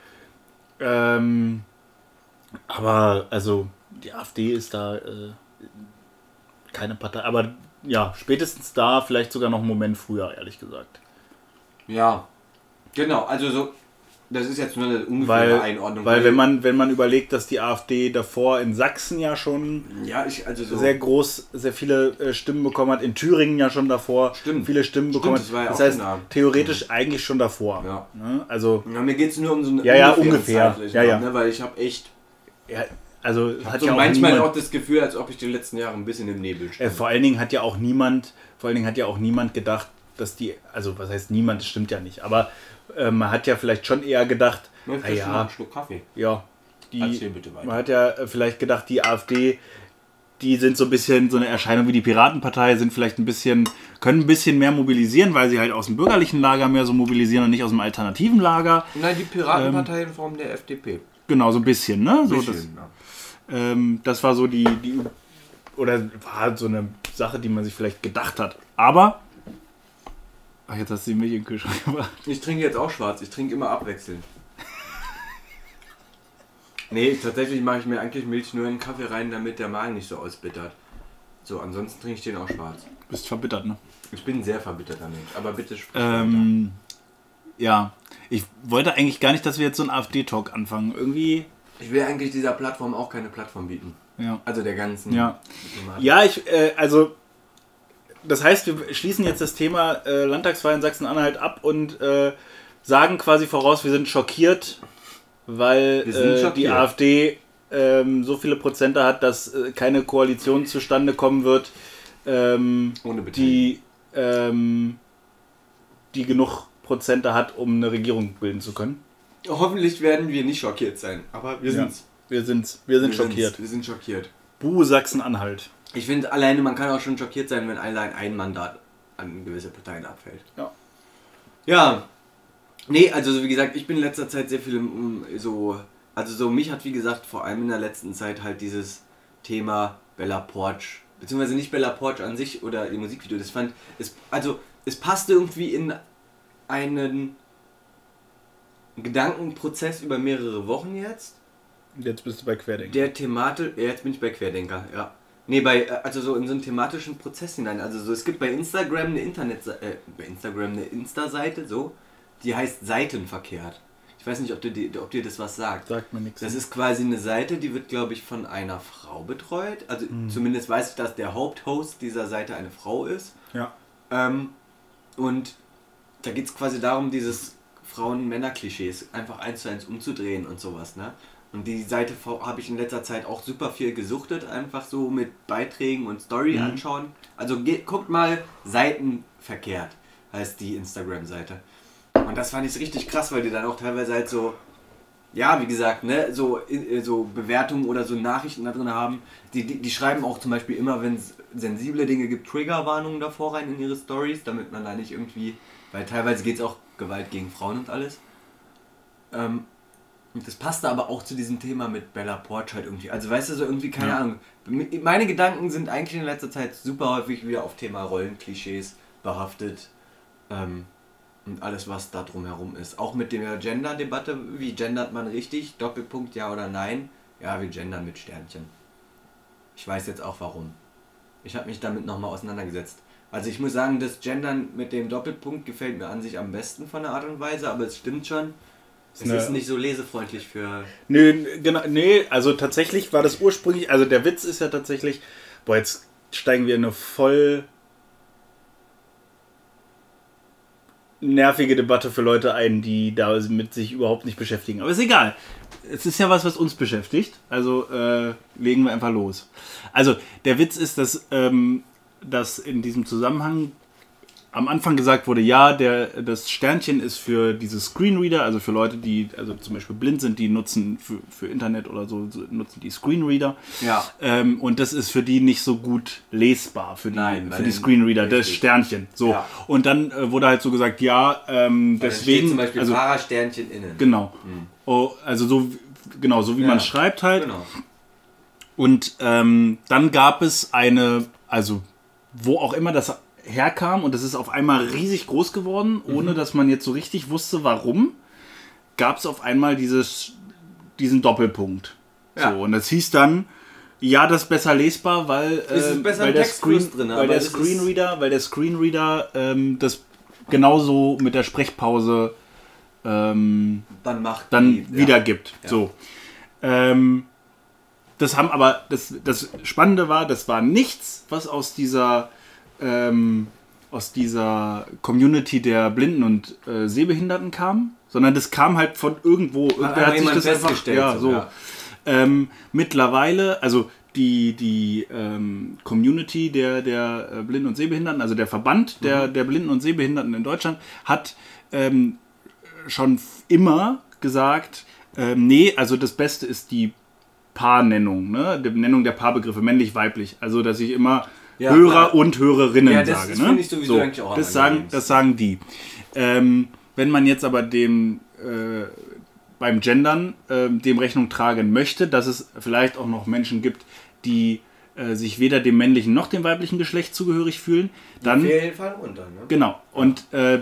Ähm, aber also die AfD ist da äh, keine Partei, aber ja, spätestens da, vielleicht sogar noch einen Moment früher, ehrlich gesagt. Ja, genau, also so, das ist jetzt nur eine ungefähre Weil, Einordnung. weil wenn man wenn man überlegt, dass die AfD davor in Sachsen ja schon ja, ich, also so, sehr groß, sehr viele äh, Stimmen bekommen hat, in Thüringen ja schon davor Stimmt. viele Stimmen Stimmt, bekommen das war ja hat. Das auch heißt, nah. theoretisch eigentlich schon davor. Ja. Ne? Also, ja, mir geht es nur um so eine Ja, ja, ungefähren ungefähr. zeitlichen Ja, ja. Rahmen, ne, weil ich habe echt, ja, also ich hat hab so ja auch manchmal niemand, auch das Gefühl, als ob ich die letzten Jahre ein bisschen im Nebel äh, stehe. vor allen Dingen hat ja auch niemand, vor allen Dingen hat ja auch niemand gedacht, dass die, also was heißt niemand, das stimmt ja nicht, aber äh, man hat ja vielleicht schon eher gedacht, Möchtest ah du noch ja, einen Schluck Kaffee? ja, die, Erzähl bitte weiter. man hat ja äh, vielleicht gedacht, die AfD, die sind so ein bisschen so eine Erscheinung wie die Piratenpartei, sind vielleicht ein bisschen, können ein bisschen mehr mobilisieren, weil sie halt aus dem bürgerlichen Lager mehr so mobilisieren und nicht aus dem alternativen Lager. Nein, die Piratenpartei in Form der F D P. Genau, so ein bisschen, ne? So, das, Bisschen, ja. ähm, das war so die, die, oder war so eine Sache, die man sich vielleicht gedacht hat. Aber, ach, jetzt hast du die Milch in den Kühlschrank gebracht. Ich trinke jetzt auch schwarz, ich trinke immer abwechselnd. Nee, tatsächlich mache ich mir eigentlich Milch nur in den Kaffee rein, damit der Magen nicht so ausbittert. So, ansonsten trinke ich den auch schwarz. Bist verbittert, ne? Ich bin ein sehr verbitterter Mensch, aber bitte sprich weiter. Ähm, ja, ich wollte eigentlich gar nicht, dass wir jetzt so einen AfD-Talk anfangen. Irgendwie, Ich will eigentlich dieser Plattform auch keine Plattform bieten. ja. Also der ganzen Ja. Thematik. Ja, ich, äh, also, das heißt, wir schließen jetzt das Thema äh, Landtagswahl in Sachsen-Anhalt ab und äh, sagen quasi voraus, wir sind schockiert, weil Wir sind äh, schockiert. die AfD ähm, so viele Prozente hat, dass äh, keine Koalition zustande kommen wird, ähm, Ohne Beteiligung. die, ähm, die genug Prozente hat, um eine Regierung bilden zu können. Hoffentlich werden wir nicht schockiert sein, aber wir Ja. sind's. Wir sind, wir sind Wir schockiert. sind's. Wir sind schockiert. Buh, Sachsen-Anhalt. Ich finde alleine, man kann auch schon schockiert sein, wenn allein ein Mandat an gewisse Parteien abfällt. Ja. Ja. Nee, also wie gesagt, ich bin in letzter Zeit sehr viel im, um, so, also so mich hat wie gesagt vor allem in der letzten Zeit halt dieses Thema Bella Porch, beziehungsweise nicht Bella Porch an sich oder ihr Musikvideo, das fand, es, also es passte irgendwie in einen Gedankenprozess über mehrere Wochen jetzt. Jetzt bist du bei Querdenken. Der thematisch, ja, jetzt bin ich bei Querdenker, ja. Nee, bei, also so in so einen thematischen Prozess hinein. Also so, es gibt bei Instagram eine Internet, äh, bei Instagram eine Insta-Seite, so, die heißt Seitenverkehrt. Ich weiß nicht, ob, du die, ob dir das was sagt. Sagt mir nichts. Das ist quasi eine Seite, die wird, glaube ich, von einer Frau betreut. Also zumindest weiß ich, dass der Haupthost dieser Seite eine Frau ist. Ja. Ähm, und da geht es quasi darum, dieses Frauen-Männer-Klischees einfach eins zu eins umzudrehen und sowas, ne? Und die Seite habe ich in letzter Zeit auch super viel gesuchtet, einfach so mit Beiträgen und Story Mhm. anschauen. Also geht, guckt mal, Seitenverkehrt heißt die Instagram-Seite. Und das fand ich richtig krass, weil die dann auch teilweise halt so, ja, wie gesagt, ne, so, so Bewertungen oder so Nachrichten da drin haben. Die, die, die schreiben auch zum Beispiel immer, wenn es sensible Dinge gibt, Triggerwarnungen davor rein in ihre Stories, damit man da nicht irgendwie, weil teilweise geht es auch Gewalt gegen Frauen und alles. Ähm, und das passte aber auch zu diesem Thema mit Bella Porch halt irgendwie. Also weißt du, so irgendwie, keine Ja. Ahnung. Meine Gedanken sind eigentlich in letzter Zeit super häufig wieder auf Thema Rollenklischees behaftet. Ähm, und alles, was da drumherum ist. Auch mit der Gender-Debatte, wie gendert man richtig? Doppelpunkt, ja oder nein? Ja, wir gendern mit Sternchen. Ich weiß jetzt auch warum. Ich habe mich damit nochmal auseinandergesetzt. Also ich muss sagen, das Gendern mit dem Doppelpunkt gefällt mir an sich am besten von der Art und Weise, aber es stimmt schon. Es ist, ist nicht so lesefreundlich für... Nö, genau, nee, also tatsächlich war das ursprünglich, also der Witz ist ja tatsächlich, boah, jetzt steigen wir in eine voll nervige Debatte für Leute ein, die damit sich überhaupt nicht beschäftigen. Aber ist egal. Es ist ja was, was uns beschäftigt. Also äh, legen wir einfach los. Also der Witz ist, dass, ähm, dass in diesem Zusammenhang am Anfang gesagt wurde, ja, der, das Sternchen ist für diese Screenreader, also für Leute, die also zum Beispiel blind sind, die nutzen für, für Internet oder so, nutzen die Screenreader. Ja. Ähm, und das ist für die nicht so gut lesbar, für die, Nein, für die Screenreader, richtig. das Sternchen. So. Ja. Und dann äh, wurde halt so gesagt, ja, ähm, Weil deswegen... steht zum Beispiel also, Fahrersternchen innen. Genau. Hm. Oh, also so, genau, so wie Ja. man schreibt halt. Genau. Und ähm, dann gab es eine, also wo auch immer das herkam, und das ist auf einmal riesig groß geworden, ohne Mhm. dass man jetzt so richtig wusste, warum, gab es auf einmal dieses, diesen Doppelpunkt. Ja. So, und das hieß dann, ja, das ist besser lesbar, weil, Es ist äh, besser weil, im der, Textfluss Screen, drin, weil aber der das ist- Screenreader, weil der Screenreader ähm, das genauso mit der Sprechpause ähm, Dann macht dann die, ja. wiedergibt. Ja. So. Ähm, das haben aber, das, das Spannende war, das war nichts, was aus dieser, ähm, aus dieser Community der Blinden und äh, Sehbehinderten kam, sondern das kam halt von irgendwo. Irgendwer einfach hat sich jemand das einfach, festgestellt, ja, so, so. ja. Ähm, mittlerweile, also die, die ähm, Community der, der äh, Blinden und Sehbehinderten, also der Verband der, Mhm. der Blinden und Sehbehinderten in Deutschland, hat ähm, schon f- immer gesagt, ähm, nee, also das Beste ist die Paarnennung, ne? Die Nennung der Paarbegriffe, männlich, weiblich. Also, dass ich immer Ja, Hörer klar. und Hörerinnen Ja, das- sage. das ne? finde ich sowieso eigentlich auch am das sagen, angenehmsten. das sagen die. Ähm, wenn man jetzt aber dem äh, beim Gendern ähm, dem Rechnung tragen möchte, dass es vielleicht auch noch Menschen gibt, die äh, sich weder dem männlichen noch dem weiblichen Geschlecht zugehörig fühlen, dann Fehlen fallen runter, ne? genau. Und äh,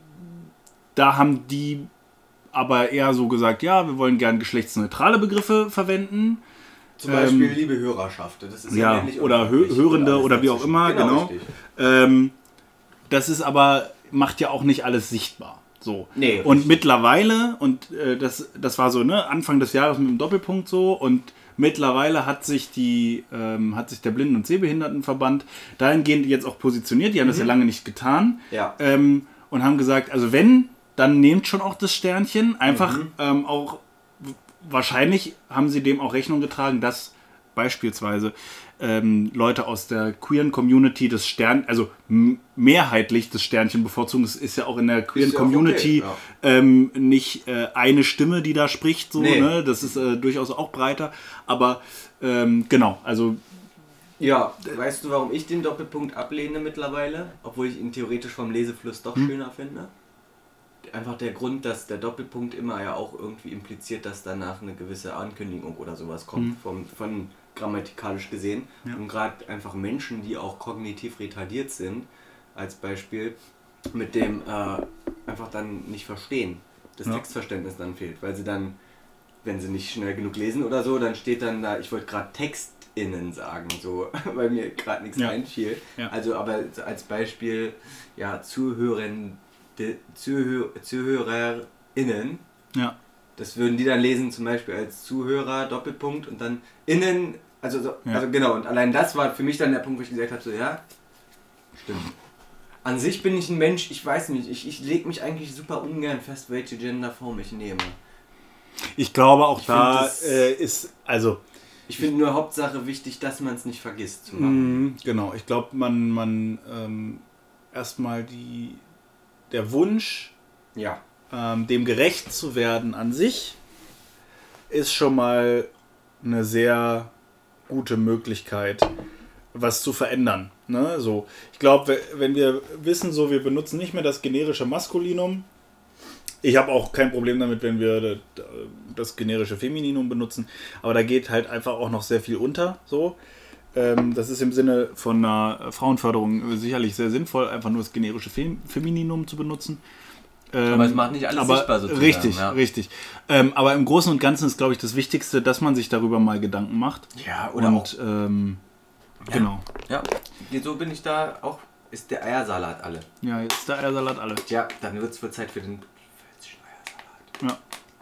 da haben die aber eher so gesagt, ja, wir wollen gern geschlechtsneutrale Begriffe verwenden. Zum Beispiel Ähm, liebe Hörerschaft. Das ist Ja, männlich oder Hö weiblich Hörende alles oder wie auch dazwischen. immer, genau. richtig. Ähm, das ist aber, macht ja auch nicht alles sichtbar. So. Nee, und richtig. mittlerweile, und äh, das, das war so, ne, Anfang des Jahres mit dem Doppelpunkt so, und mittlerweile hat sich die, ähm, hat sich der Blinden- und Sehbehindertenverband dahingehend jetzt auch positioniert, die haben das ja lange nicht getan, Ja. ähm, und haben gesagt, also wenn, dann nehmt schon auch das Sternchen, einfach Mhm. ähm, auch, w- wahrscheinlich haben sie dem auch Rechnung getragen, dass beispielsweise ähm, Leute aus der queeren Community das Stern, also m- mehrheitlich das Sternchen bevorzugen. Es ist ja auch in der queeren Ist ja auch Community okay, ähm, nicht äh, eine Stimme, die da spricht, so, Nee. ne? Das ist äh, durchaus auch breiter. Aber ähm, genau, also Ja, weißt du, warum ich den Doppelpunkt ablehne mittlerweile? Obwohl ich ihn theoretisch vom Lesefluss doch Hm. schöner finde. Einfach der Grund, dass der Doppelpunkt immer ja auch irgendwie impliziert, dass danach eine gewisse Ankündigung oder sowas kommt, Hm. vom, von grammatikalisch gesehen. Ja. Und gerade einfach Menschen, die auch kognitiv retardiert sind, als Beispiel, mit dem äh, einfach dann nicht verstehen, das Ja. Textverständnis dann fehlt, weil sie dann, wenn sie nicht schnell genug lesen oder so, dann steht dann da, ich wollte gerade TextInnen sagen, so, weil mir gerade nichts Ja. einfiel. Ja. Also aber als Beispiel, ja, Zuhörende, Zuhör, ZuhörerInnen, ja. das würden die dann lesen zum Beispiel als Zuhörer, Doppelpunkt und dann innen, also, so, Ja. also genau, und allein das war für mich dann der Punkt, wo ich gesagt habe, so ja, stimmt. An sich bin ich ein Mensch, ich weiß nicht, ich, ich lege mich eigentlich super ungern fest, welche Genderform ich nehme. Ich glaube auch Ich da find das- äh, ist, also Ich finde nur Hauptsache wichtig, dass man es nicht vergisst zu machen. Mhm, genau, ich glaube, man, man ähm, erstmal die, der Wunsch, Ja. ähm, dem gerecht zu werden an sich, ist schon mal eine sehr gute Möglichkeit, was zu verändern. Ne? So, ich glaube, wenn wir wissen, so wir benutzen nicht mehr das generische Maskulinum. Ich habe auch kein Problem damit, wenn wir das generische Femininum benutzen, aber da geht halt einfach auch noch sehr viel unter. So. Ähm, das ist im Sinne von einer Frauenförderung sicherlich sehr sinnvoll, einfach nur das generische Fem- Femininum zu benutzen. Ähm, Aber es macht nicht alles aber sichtbar sozusagen, Richtig, ja. richtig. Ähm, aber im Großen und Ganzen ist, glaube ich, das Wichtigste, dass man sich darüber mal Gedanken macht. Ja, oder und ähm, Ja. genau. Ja, so bin ich da auch, ist der Eiersalat alle. Ja, jetzt ist der Eiersalat alle. Ja, dann wird es Zeit für den Eiersalat. Ja.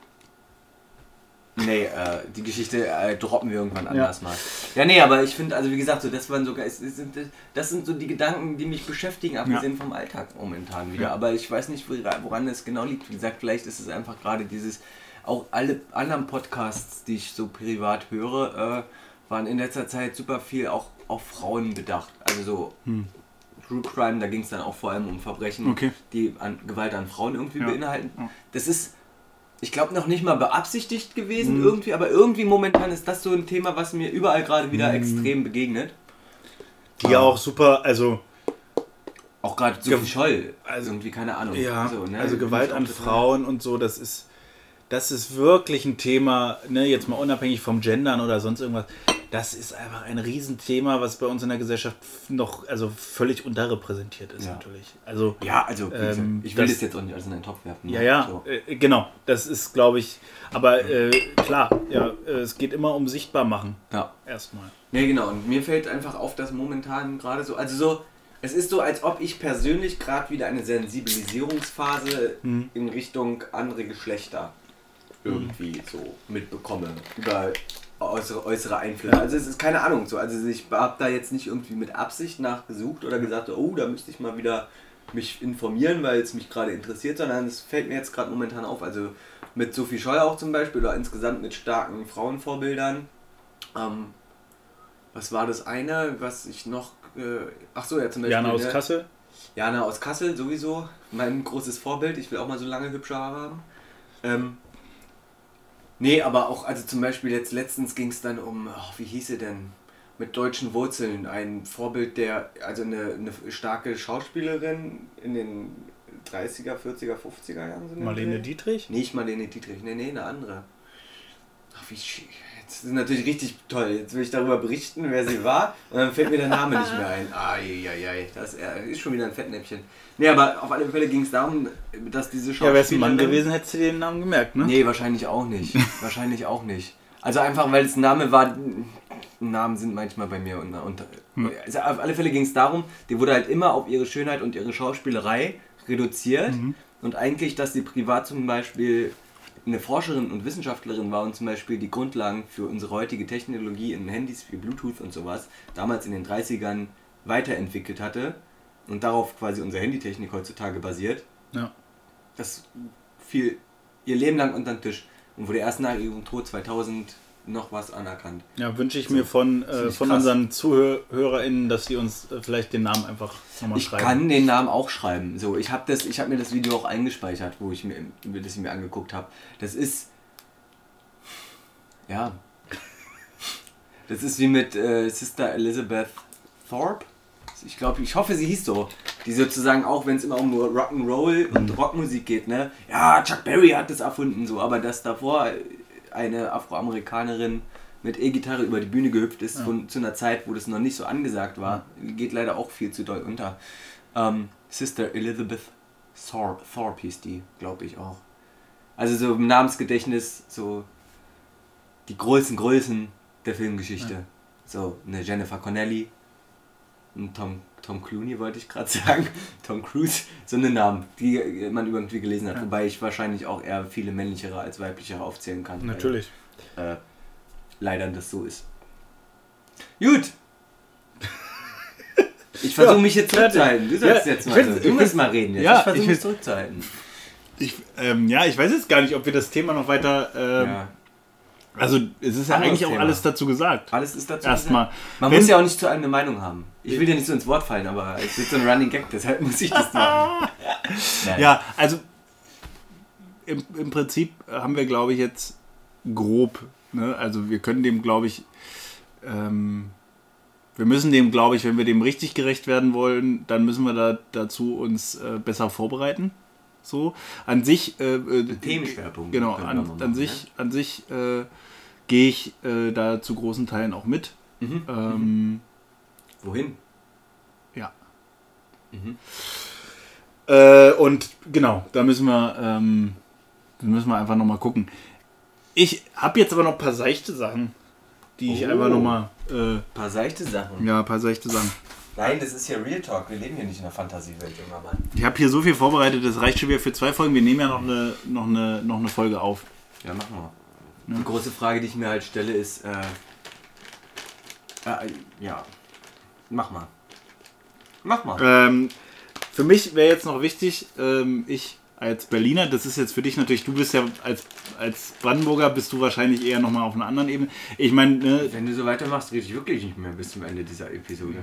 Nee, äh, die Geschichte äh, droppen wir irgendwann anders ja. mal. Ja, nee, aber ich finde, also wie gesagt, so, das waren sogar, es, es sind, das sind so die Gedanken, die mich beschäftigen, abgesehen ja. vom Alltag momentan wieder. Ja. Aber ich weiß nicht, woran es genau liegt. Wie gesagt, vielleicht ist es einfach gerade dieses, auch alle anderen Podcasts, die ich so privat höre, äh, waren in letzter Zeit super viel auch auf Frauen bedacht. Also so hm. True Crime, da ging es dann auch vor allem um Verbrechen, okay. die an Gewalt an Frauen irgendwie ja. beinhalten. Ja. Das ist, ich glaube, noch nicht mal beabsichtigt gewesen hm. irgendwie, aber irgendwie momentan ist das so ein Thema, was mir überall gerade wieder hm. extrem begegnet. Die ja auch super, also auch gerade so viel Scholl, also irgendwie, keine Ahnung. Ja, so, ne? Also Gewalt an Frauen und so, das ist das ist wirklich ein Thema, ne, jetzt mal unabhängig vom Gendern oder sonst irgendwas, das ist einfach ein Riesenthema, was bei uns in der Gesellschaft noch also völlig unterrepräsentiert ist ja. natürlich. Also, ja, also ähm, ich will das, das jetzt auch nicht alles in einen Topf werfen. Ja, ja, so. äh, genau, das ist, glaube ich, aber äh, klar, ja, äh, es geht immer um Sichtbarmachen. Ja. Erstmal. Ja, genau, und mir fällt einfach auf, dass momentan gerade so, also so, es ist so, als ob ich persönlich gerade wieder eine Sensibilisierungsphase hm. in Richtung andere Geschlechter irgendwie hm. so mitbekomme, über äußere, äußere Einflüsse. Ja. Also es ist keine Ahnung so, also ich habe da jetzt nicht irgendwie mit Absicht nachgesucht oder gesagt, oh, da müsste ich mal wieder mich informieren, weil es mich gerade interessiert, sondern es fällt mir jetzt gerade momentan auf, also mit Sophie Scholl auch zum Beispiel oder insgesamt mit starken Frauenvorbildern. Ähm, was war das eine, was ich noch, äh, ach so, ja zum Beispiel. Jana aus ne, Kassel? Jana aus Kassel sowieso, mein großes Vorbild, ich will auch mal so lange hübsche Haare haben. Ähm, Nee, aber auch, also zum Beispiel jetzt letztens ging es dann um, oh, wie hieß sie denn, mit deutschen Wurzeln, ein Vorbild der, also eine, eine starke Schauspielerin in den dreißiger, vierziger, fünfziger Jahren. So Marlene Dreh. Dietrich? Nicht Marlene Dietrich, nee, nee, eine andere. Ach, wie schick. Das ist natürlich richtig toll, jetzt will ich darüber berichten, wer sie war und dann fällt mir der Name nicht mehr ein. Eieiei, das ist schon wieder ein Fettnäpfchen. Nee, aber auf alle Fälle ging es darum, dass diese Schauspielerin... Ja, wäre es ein Mann gewesen, hättest du den Namen gemerkt, ne? Nee, wahrscheinlich auch nicht. wahrscheinlich auch nicht. Also einfach, weil es ein Name war... Namen sind manchmal bei mir unter... unter hm. Also auf alle Fälle ging es darum, die wurde halt immer auf ihre Schönheit und ihre Schauspielerei reduziert. Mhm. Und eigentlich, dass sie privat zum Beispiel eine Forscherin und Wissenschaftlerin war und zum Beispiel die Grundlagen für unsere heutige Technologie in Handys wie Bluetooth und sowas damals in den dreißigern weiterentwickelt hatte und darauf quasi unsere Handytechnik heutzutage basiert. Ja. Das fiel ihr Leben lang unter den Tisch und wurde erst nach ihrem Tod zweitausend noch was anerkannt. Ja, wünsche ich so, mir von, äh, von unseren ZuhörerInnen, dass die uns äh, vielleicht den Namen einfach nochmal schreiben. Ich kann den Namen auch schreiben. So, ich habe das, ich habe mir das Video auch eingespeichert, wo ich mir das ich mir angeguckt habe. Das ist ja, das ist wie mit äh, Sister Elizabeth Thorpe. Ich glaube, ich hoffe, sie hieß so. Die sozusagen auch, wenn es immer um Rock'n'Roll und Rockmusik geht, ne? Ja, Chuck Berry hat das erfunden, so, aber dass davor eine Afroamerikanerin mit E-Gitarre über die Bühne gehüpft ist, ja. von, zu einer Zeit, wo das noch nicht so angesagt war, geht leider auch viel zu doll unter. Ähm, Sister Elizabeth Thorpe, Thorpe hieß die, glaube ich auch. Also so im Namensgedächtnis, so die großen Größen der Filmgeschichte. Ja. So eine Jennifer Connelly, ein Tom, Tom Clooney wollte ich gerade sagen, Tom Cruise, so eine Namen, die man irgendwie gelesen hat, ja. Wobei ich wahrscheinlich auch eher viele männlichere als weiblichere aufzählen kann. Natürlich. Weil, äh, leider das so ist. Gut. Ich versuche ja, mich jetzt zurückzuhalten. Du sagst ja, jetzt mal so. Du musst mal reden jetzt. Ja, ich versuche mich zurückzuhalten. Ich, ähm, ja, ich weiß jetzt gar nicht, ob wir das Thema noch weiter... Ähm, ja. Also es ist ja Anderes eigentlich auch Thema. Alles dazu gesagt. Alles ist dazu Erstmal. gesagt. Man Wenn, muss ja auch nicht zu einem eine Meinung haben. Ich will dir nicht so ins Wort fallen, aber es wird so ein Running Gag, deshalb muss ich das machen. Ja, also im, im Prinzip haben wir, glaube ich, jetzt grob, ne? Also wir können dem, glaube ich, ähm, wir müssen dem, glaube ich, wenn wir dem richtig gerecht werden wollen, dann müssen wir da dazu uns äh, besser vorbereiten. So, an sich äh, äh, Themenschwerpunkt. Genau, an, machen, an sich, ne? an sich äh, gehe ich äh, da zu großen Teilen auch mit. Mhm. Ähm, Wohin? Ja. Mhm. Äh, und genau, da müssen wir, ähm, müssen wir einfach nochmal gucken. Ich habe jetzt aber noch ein paar seichte Sachen, die ich oh. einfach nochmal... Ein äh, paar seichte Sachen? Ja, ein paar seichte Sachen. Nein, das ist hier Real Talk. Wir leben hier nicht in der Fantasiewelt, junger Mann. Ich habe hier so viel vorbereitet, das reicht schon wieder für zwei Folgen. Wir nehmen ja noch eine, noch eine, noch eine Folge auf. Ja, machen wir. Ne? Die große Frage, die ich mir halt stelle, ist, äh, äh, ja, mach mal. Mach mal. Ähm, für mich wäre jetzt noch wichtig, ähm, ich als Berliner, das ist jetzt für dich natürlich, du bist ja als, als Brandenburger, bist du wahrscheinlich eher nochmal auf einer anderen Ebene. Ich meine, ne, Wenn du so weitermachst, rede ich wirklich nicht mehr bis zum Ende dieser Episode.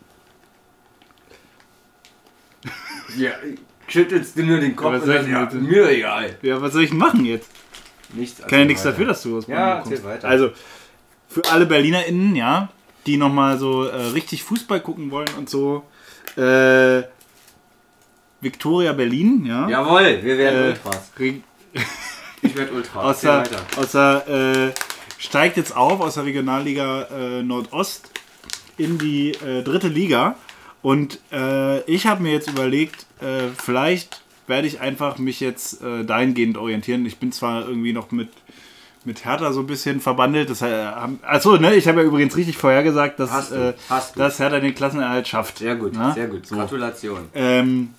Ja, schüttelst du nur den Kopf Ja, was und soll dann, ich ja, denn- mir egal. ja, was soll ich denn machen jetzt? Nichts. Ich kann ja nichts dafür, dass du aus Ja, Brandenburg erzähl kommst. weiter. Also, für alle BerlinerInnen, ja, die nochmal so äh, richtig Fußball gucken wollen und so, äh, Viktoria Berlin, ja. Jawohl, wir werden Äh, Ultras. Re- Ich werde Ultra. aus Erzähl der, weiter. aus der äh, steigt jetzt auf aus der Regionalliga äh, Nordost in die äh, dritte Liga. Und äh, ich habe mir jetzt überlegt, äh, vielleicht werde ich einfach mich jetzt äh, dahingehend orientieren. Ich bin zwar irgendwie noch mit, mit Hertha so ein bisschen verbandelt. Das, äh, haben, achso, ne, ich habe ja übrigens richtig vorhergesagt, dass, Hast du, äh, hast du. dass Hertha den Klassenerhalt schafft. Sehr gut, Na? sehr gut. So. Gratulation. Ähm,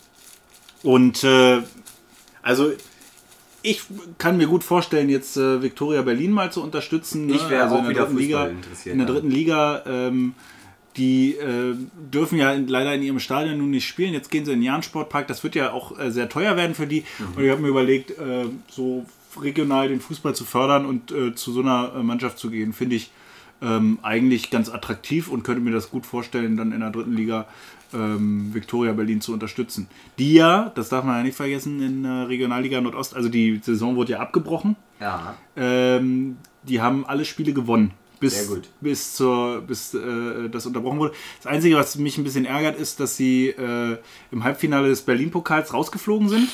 und äh, also ich kann mir gut vorstellen, jetzt äh, Viktoria Berlin mal zu unterstützen. Ne? Ich wäre also auch in der wieder dritten Fußball Liga, interessiert. in der dann. dritten Liga. Ähm, die äh, dürfen ja in, leider in ihrem Stadion nun nicht spielen. Jetzt gehen sie in den Jahn-Sportpark. Das wird ja auch äh, sehr teuer werden für die. Mhm. Und ich habe mir überlegt, äh, so regional den Fußball zu fördern und äh, zu so einer äh, Mannschaft zu gehen, finde ich ähm, eigentlich ganz attraktiv und könnte mir das gut vorstellen, dann in der dritten Liga ähm, Viktoria Berlin zu unterstützen. Die ja, das darf man ja nicht vergessen, in äh, Regionalliga Nordost, also die Saison wurde ja abgebrochen. Ja. Ähm, die haben alle Spiele gewonnen. Bis, Sehr gut. bis, zur, bis äh, das unterbrochen wurde. Das Einzige, was mich ein bisschen ärgert, ist, dass sie äh, im Halbfinale des Berlin-Pokals rausgeflogen sind.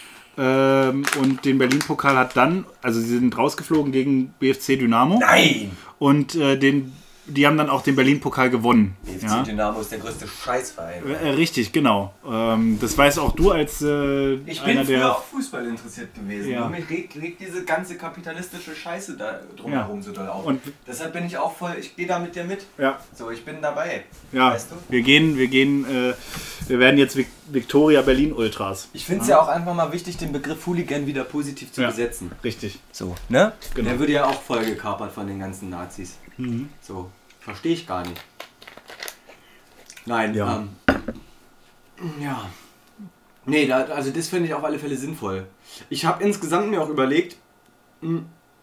Ähm, und den Berlin-Pokal hat dann, also sie sind rausgeflogen gegen B F C Dynamo. Nein! Und äh, den, die haben dann auch den Berlin-Pokal gewonnen. B F C Ja? Dynamo ist der größte Scheißverein. Äh, richtig, genau. Ähm, das weißt auch du als äh, Ich bin einer früher der... auf Fußball interessiert gewesen. Ja. Nur mich regt, regt diese ganze kapitalistische Scheiße da drumherum Ja. so doll auf. Und- Deshalb bin ich auch voll, ich gehe da mit dir mit. Ja. So, ich bin dabei. Ja, Weißt du? wir gehen, wir gehen, äh, wir werden jetzt Vic- Viktoria Berlin Ultras. Ich finde es ja auch einfach mal wichtig, den Begriff Hooligan wieder positiv zu Ja. besetzen. Richtig. So, ne? Genau. Der würde ja auch voll gekapert von den ganzen Nazis. So, verstehe ich gar nicht. Nein, Ja. ähm, ja. Nee, da, also das finde ich auf alle Fälle sinnvoll. Ich habe insgesamt mir auch überlegt, mh,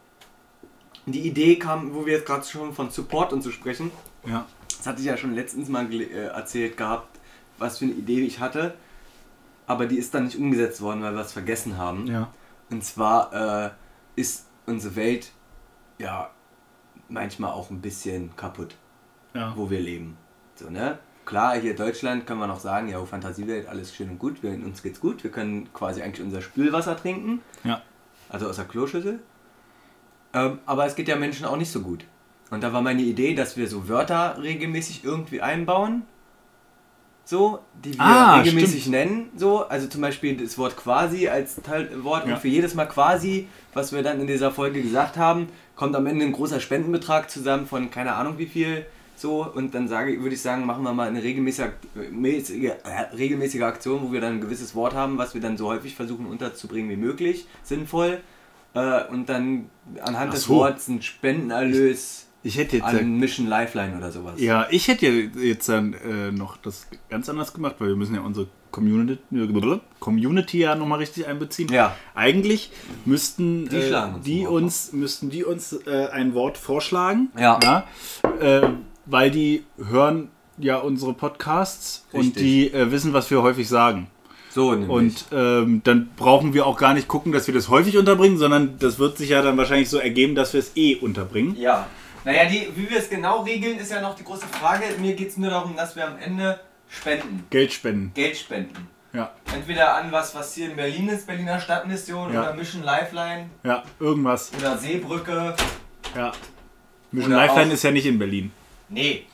die Idee kam, wo wir jetzt gerade schon von Support und so sprechen. Ja. Das hatte ich ja schon letztens mal gele- äh, erzählt gehabt, was für eine Idee ich hatte. Aber die ist dann nicht umgesetzt worden, weil wir es vergessen haben. Ja. Und zwar äh, ist unsere Welt ja manchmal auch ein bisschen kaputt, Ja. wo wir leben. So, ne? Klar, hier in Deutschland kann man noch sagen, ja, Fantasiewelt, alles schön und gut, wir, uns geht's gut, wir können quasi eigentlich unser Spülwasser trinken, Ja. also aus der Kloschüssel. Ähm, aber es geht ja Menschen auch nicht so gut. Und da war meine Idee, dass wir so Wörter regelmäßig irgendwie einbauen, so, die wir Ah, regelmäßig stimmt. nennen, so, also zum Beispiel das Wort quasi als Teilwort Ja. und für jedes Mal quasi, was wir dann in dieser Folge gesagt haben, kommt am Ende ein großer Spendenbetrag zusammen von keine Ahnung wie viel, so, und dann sage, würde ich sagen, machen wir mal eine regelmäßige, mäßige, äh, regelmäßige Aktion, wo wir dann ein gewisses Wort haben, was wir dann so häufig versuchen unterzubringen wie möglich, sinnvoll, äh, und dann anhand Ach des so. Worts einen Spendenerlös Ich hätte jetzt, an Mission Lifeline oder sowas. ja, ich hätte ja jetzt dann äh, noch das ganz anders gemacht, weil wir müssen ja unsere Community, Community ja nochmal richtig einbeziehen. Ja. Eigentlich müssten Die äh, schlagen uns die ein Wort uns, müssten die uns äh, ein Wort vorschlagen. Ja. äh, weil die hören ja unsere Podcasts und Richtig. die äh, wissen, was wir häufig sagen. So nämlich. Und ähm, dann brauchen wir auch gar nicht gucken, dass wir das häufig unterbringen, sondern das wird sich ja dann wahrscheinlich so ergeben, dass wir es eh unterbringen. Ja. Naja, die, wie wir es genau regeln, ist ja noch die große Frage. Mir geht es nur darum, dass wir am Ende spenden. Geld spenden. Geld spenden. Ja, Entweder an was, was hier in Berlin ist, Berliner Stadtmission, Ja. oder Mission Lifeline, ja, irgendwas. oder Seebrücke. Ja. Mission Oder Lifeline auch- ist ja nicht in Berlin. Nee.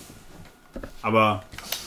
Aber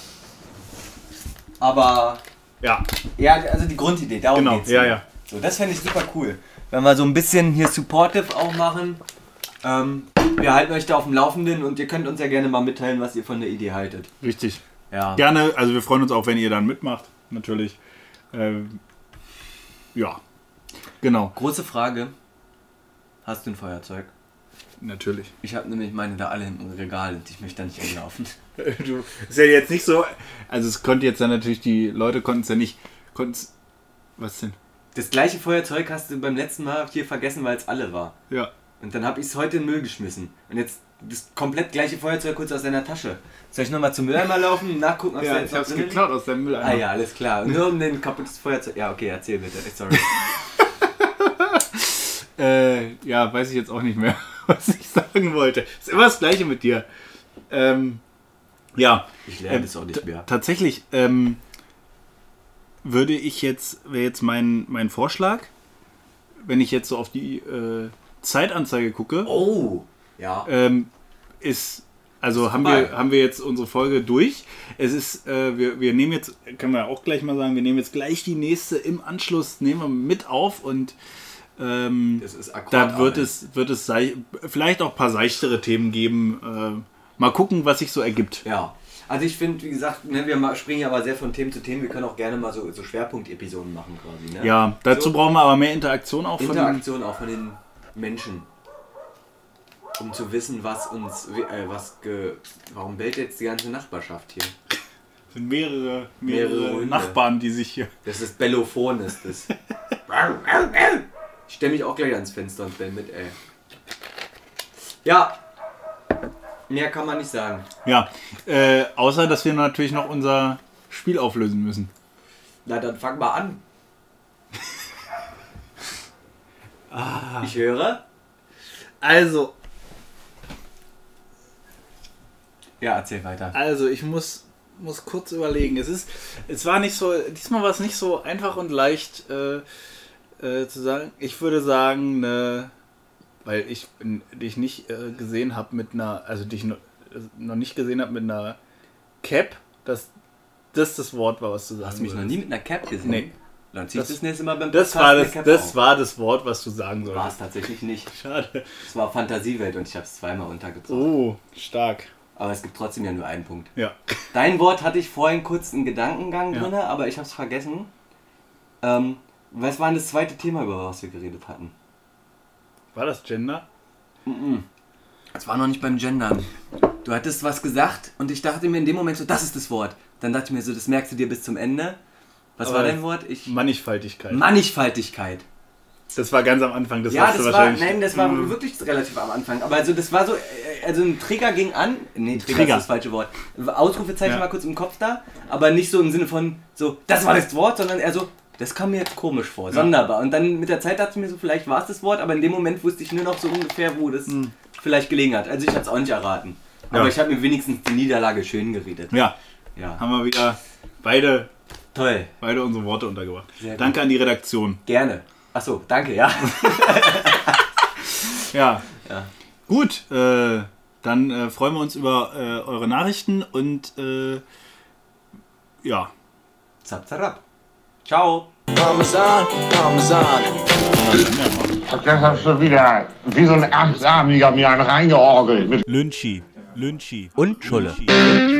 Aber, ja, ja, also die Grundidee, darum genau. geht's. Ja, mir. ja. So, das fände ich super cool. Wenn wir so ein bisschen hier supportive auch machen. Ähm, wir halten euch da auf dem Laufenden und ihr könnt uns ja gerne mal mitteilen, was ihr von der Idee haltet. Richtig. Ja. Gerne, also wir freuen uns auch, wenn ihr dann mitmacht, natürlich. Ähm, ja, genau. Große Frage. Hast du ein Feuerzeug? Natürlich. Ich habe nämlich meine da alle im Regal und ich möchte da nicht hinlaufen. Du, ist ja jetzt nicht so, also es konnte jetzt dann natürlich, die Leute konnten es ja nicht, konnten was denn? Das gleiche Feuerzeug hast du beim letzten Mal hier vergessen, weil es alle war. Ja. Und dann habe ich es heute in den Müll geschmissen. Und jetzt das komplett gleiche Feuerzeug kurz aus deiner Tasche. Soll ich nochmal zum Mülleimer laufen und nachgucken, ob Ja, da jetzt ich hab's drin liegt? geklaut aus deinem Mülleimer. Ah ja, alles klar. Nur um den kaputtes Feuerzeug. Ja, okay, erzähl bitte. Sorry. äh, ja, weiß ich jetzt auch nicht mehr, was ich sagen wollte. Ist immer das Gleiche mit dir. Ähm, ja. Ich lerne das auch nicht mehr. T- tatsächlich, ähm, würde ich jetzt, wäre jetzt mein, mein Vorschlag, wenn ich jetzt so auf die äh, Zeitanzeige gucke, Oh! Ja. ähm, ist, also haben vorbei. wir, haben wir jetzt unsere Folge durch. Es ist, äh, wir, wir nehmen jetzt, können wir auch gleich mal sagen, wir nehmen jetzt gleich die nächste im Anschluss, nehmen wir mit auf und ähm, Das ist Akkord, da wird aber- es, wird es sei, vielleicht auch ein paar seichtere Themen geben. Äh, mal gucken, was sich so ergibt. Ja. Also ich finde, wie gesagt, ne, wir ma- springen ja aber sehr von Themen zu Themen. Wir können auch gerne mal so, so Schwerpunkt-Episoden machen quasi. Ne? Ja, dazu So. brauchen wir aber mehr Interaktion auch von den, Interaktion auch von den Menschen. Um zu wissen, was uns, wie- äh, was ge, warum bellt jetzt die ganze Nachbarschaft hier? sind mehrere, Mehrere mehrere Hunde. Nachbarn, die sich hier. Das ist Bellophon, ist das. Ich stelle mich auch gleich ans Fenster und bell mit, ey. Ja. Mehr kann man nicht sagen. Ja, äh, außer dass wir natürlich noch unser Spiel auflösen müssen. Na, dann fang mal an. ah. Ich höre. Also, Ja, erzähl weiter. also ich muss, muss kurz überlegen. Es ist, es war nicht so, diesmal war es nicht so einfach und leicht äh, äh, zu sagen. Ich würde sagen, ne, weil ich n- dich nicht äh, gesehen habe mit einer, also dich no, äh, noch nicht gesehen habe mit einer Cap, dass das das Wort war, was du sagen Hast du mich noch würdest. nie mit einer Cap gesehen? Nee. Dann zieh ich Das- das nächste Mal beim Das Podcast war eine das, Cap das auf. war das Wort, was du sagen War solltest. es tatsächlich nicht. Schade. Es war Fantasiewelt und ich habe es zweimal untergebracht. Oh, stark. Aber es gibt trotzdem ja nur einen Punkt. Ja. Dein Wort hatte ich vorhin kurz einen Gedankengang Ja. drin, aber ich habe es vergessen. Ähm, was war denn das zweite Thema, über was wir geredet hatten? War das Gender? Es war noch nicht beim Gendern. Du hattest was gesagt und ich dachte mir in dem Moment so, das ist das Wort. Dann dachte ich mir so, das merkst du dir bis zum Ende. Was Aber war dein Wort? Ich Mannigfaltigkeit. Mannigfaltigkeit. Das war ganz am Anfang. Das Ja, hast du das war, wahrscheinlich. nein, das war Mhm. wirklich relativ am Anfang. Aber also das war so, äh, also ein Trigger ging an. Nee, Trigger, Trigger. ist das falsche Wort. Ausrufezeichen Ja. mal kurz im Kopf da, aber nicht so im Sinne von so, das war das Wort, sondern eher so, das kam mir jetzt komisch vor, sonderbar. Und dann mit der Zeit dachte ich mir so, vielleicht war es das Wort, aber in dem Moment wusste ich nur noch so ungefähr, wo das vielleicht gelegen hat. Also ich habe es auch nicht erraten. Aber Ja. ich habe mir wenigstens die Niederlage schön geredet. Ja, Ja, haben wir wieder beide, toll. beide unsere Worte untergebracht. Sehr gut. Danke an die Redaktion. Gerne. Achso, danke, ja. Ja. Ja. Gut, äh, dann äh, freuen wir uns über äh, eure Nachrichten und äh, ja. Zap, zap. Ciao. Parmesan, Parmesan. Das hast du wieder wie so ein Achtarmiger mir einen reingeorgelt. Mit Lynchi, Lynchi. Und Schulle. Lynchi.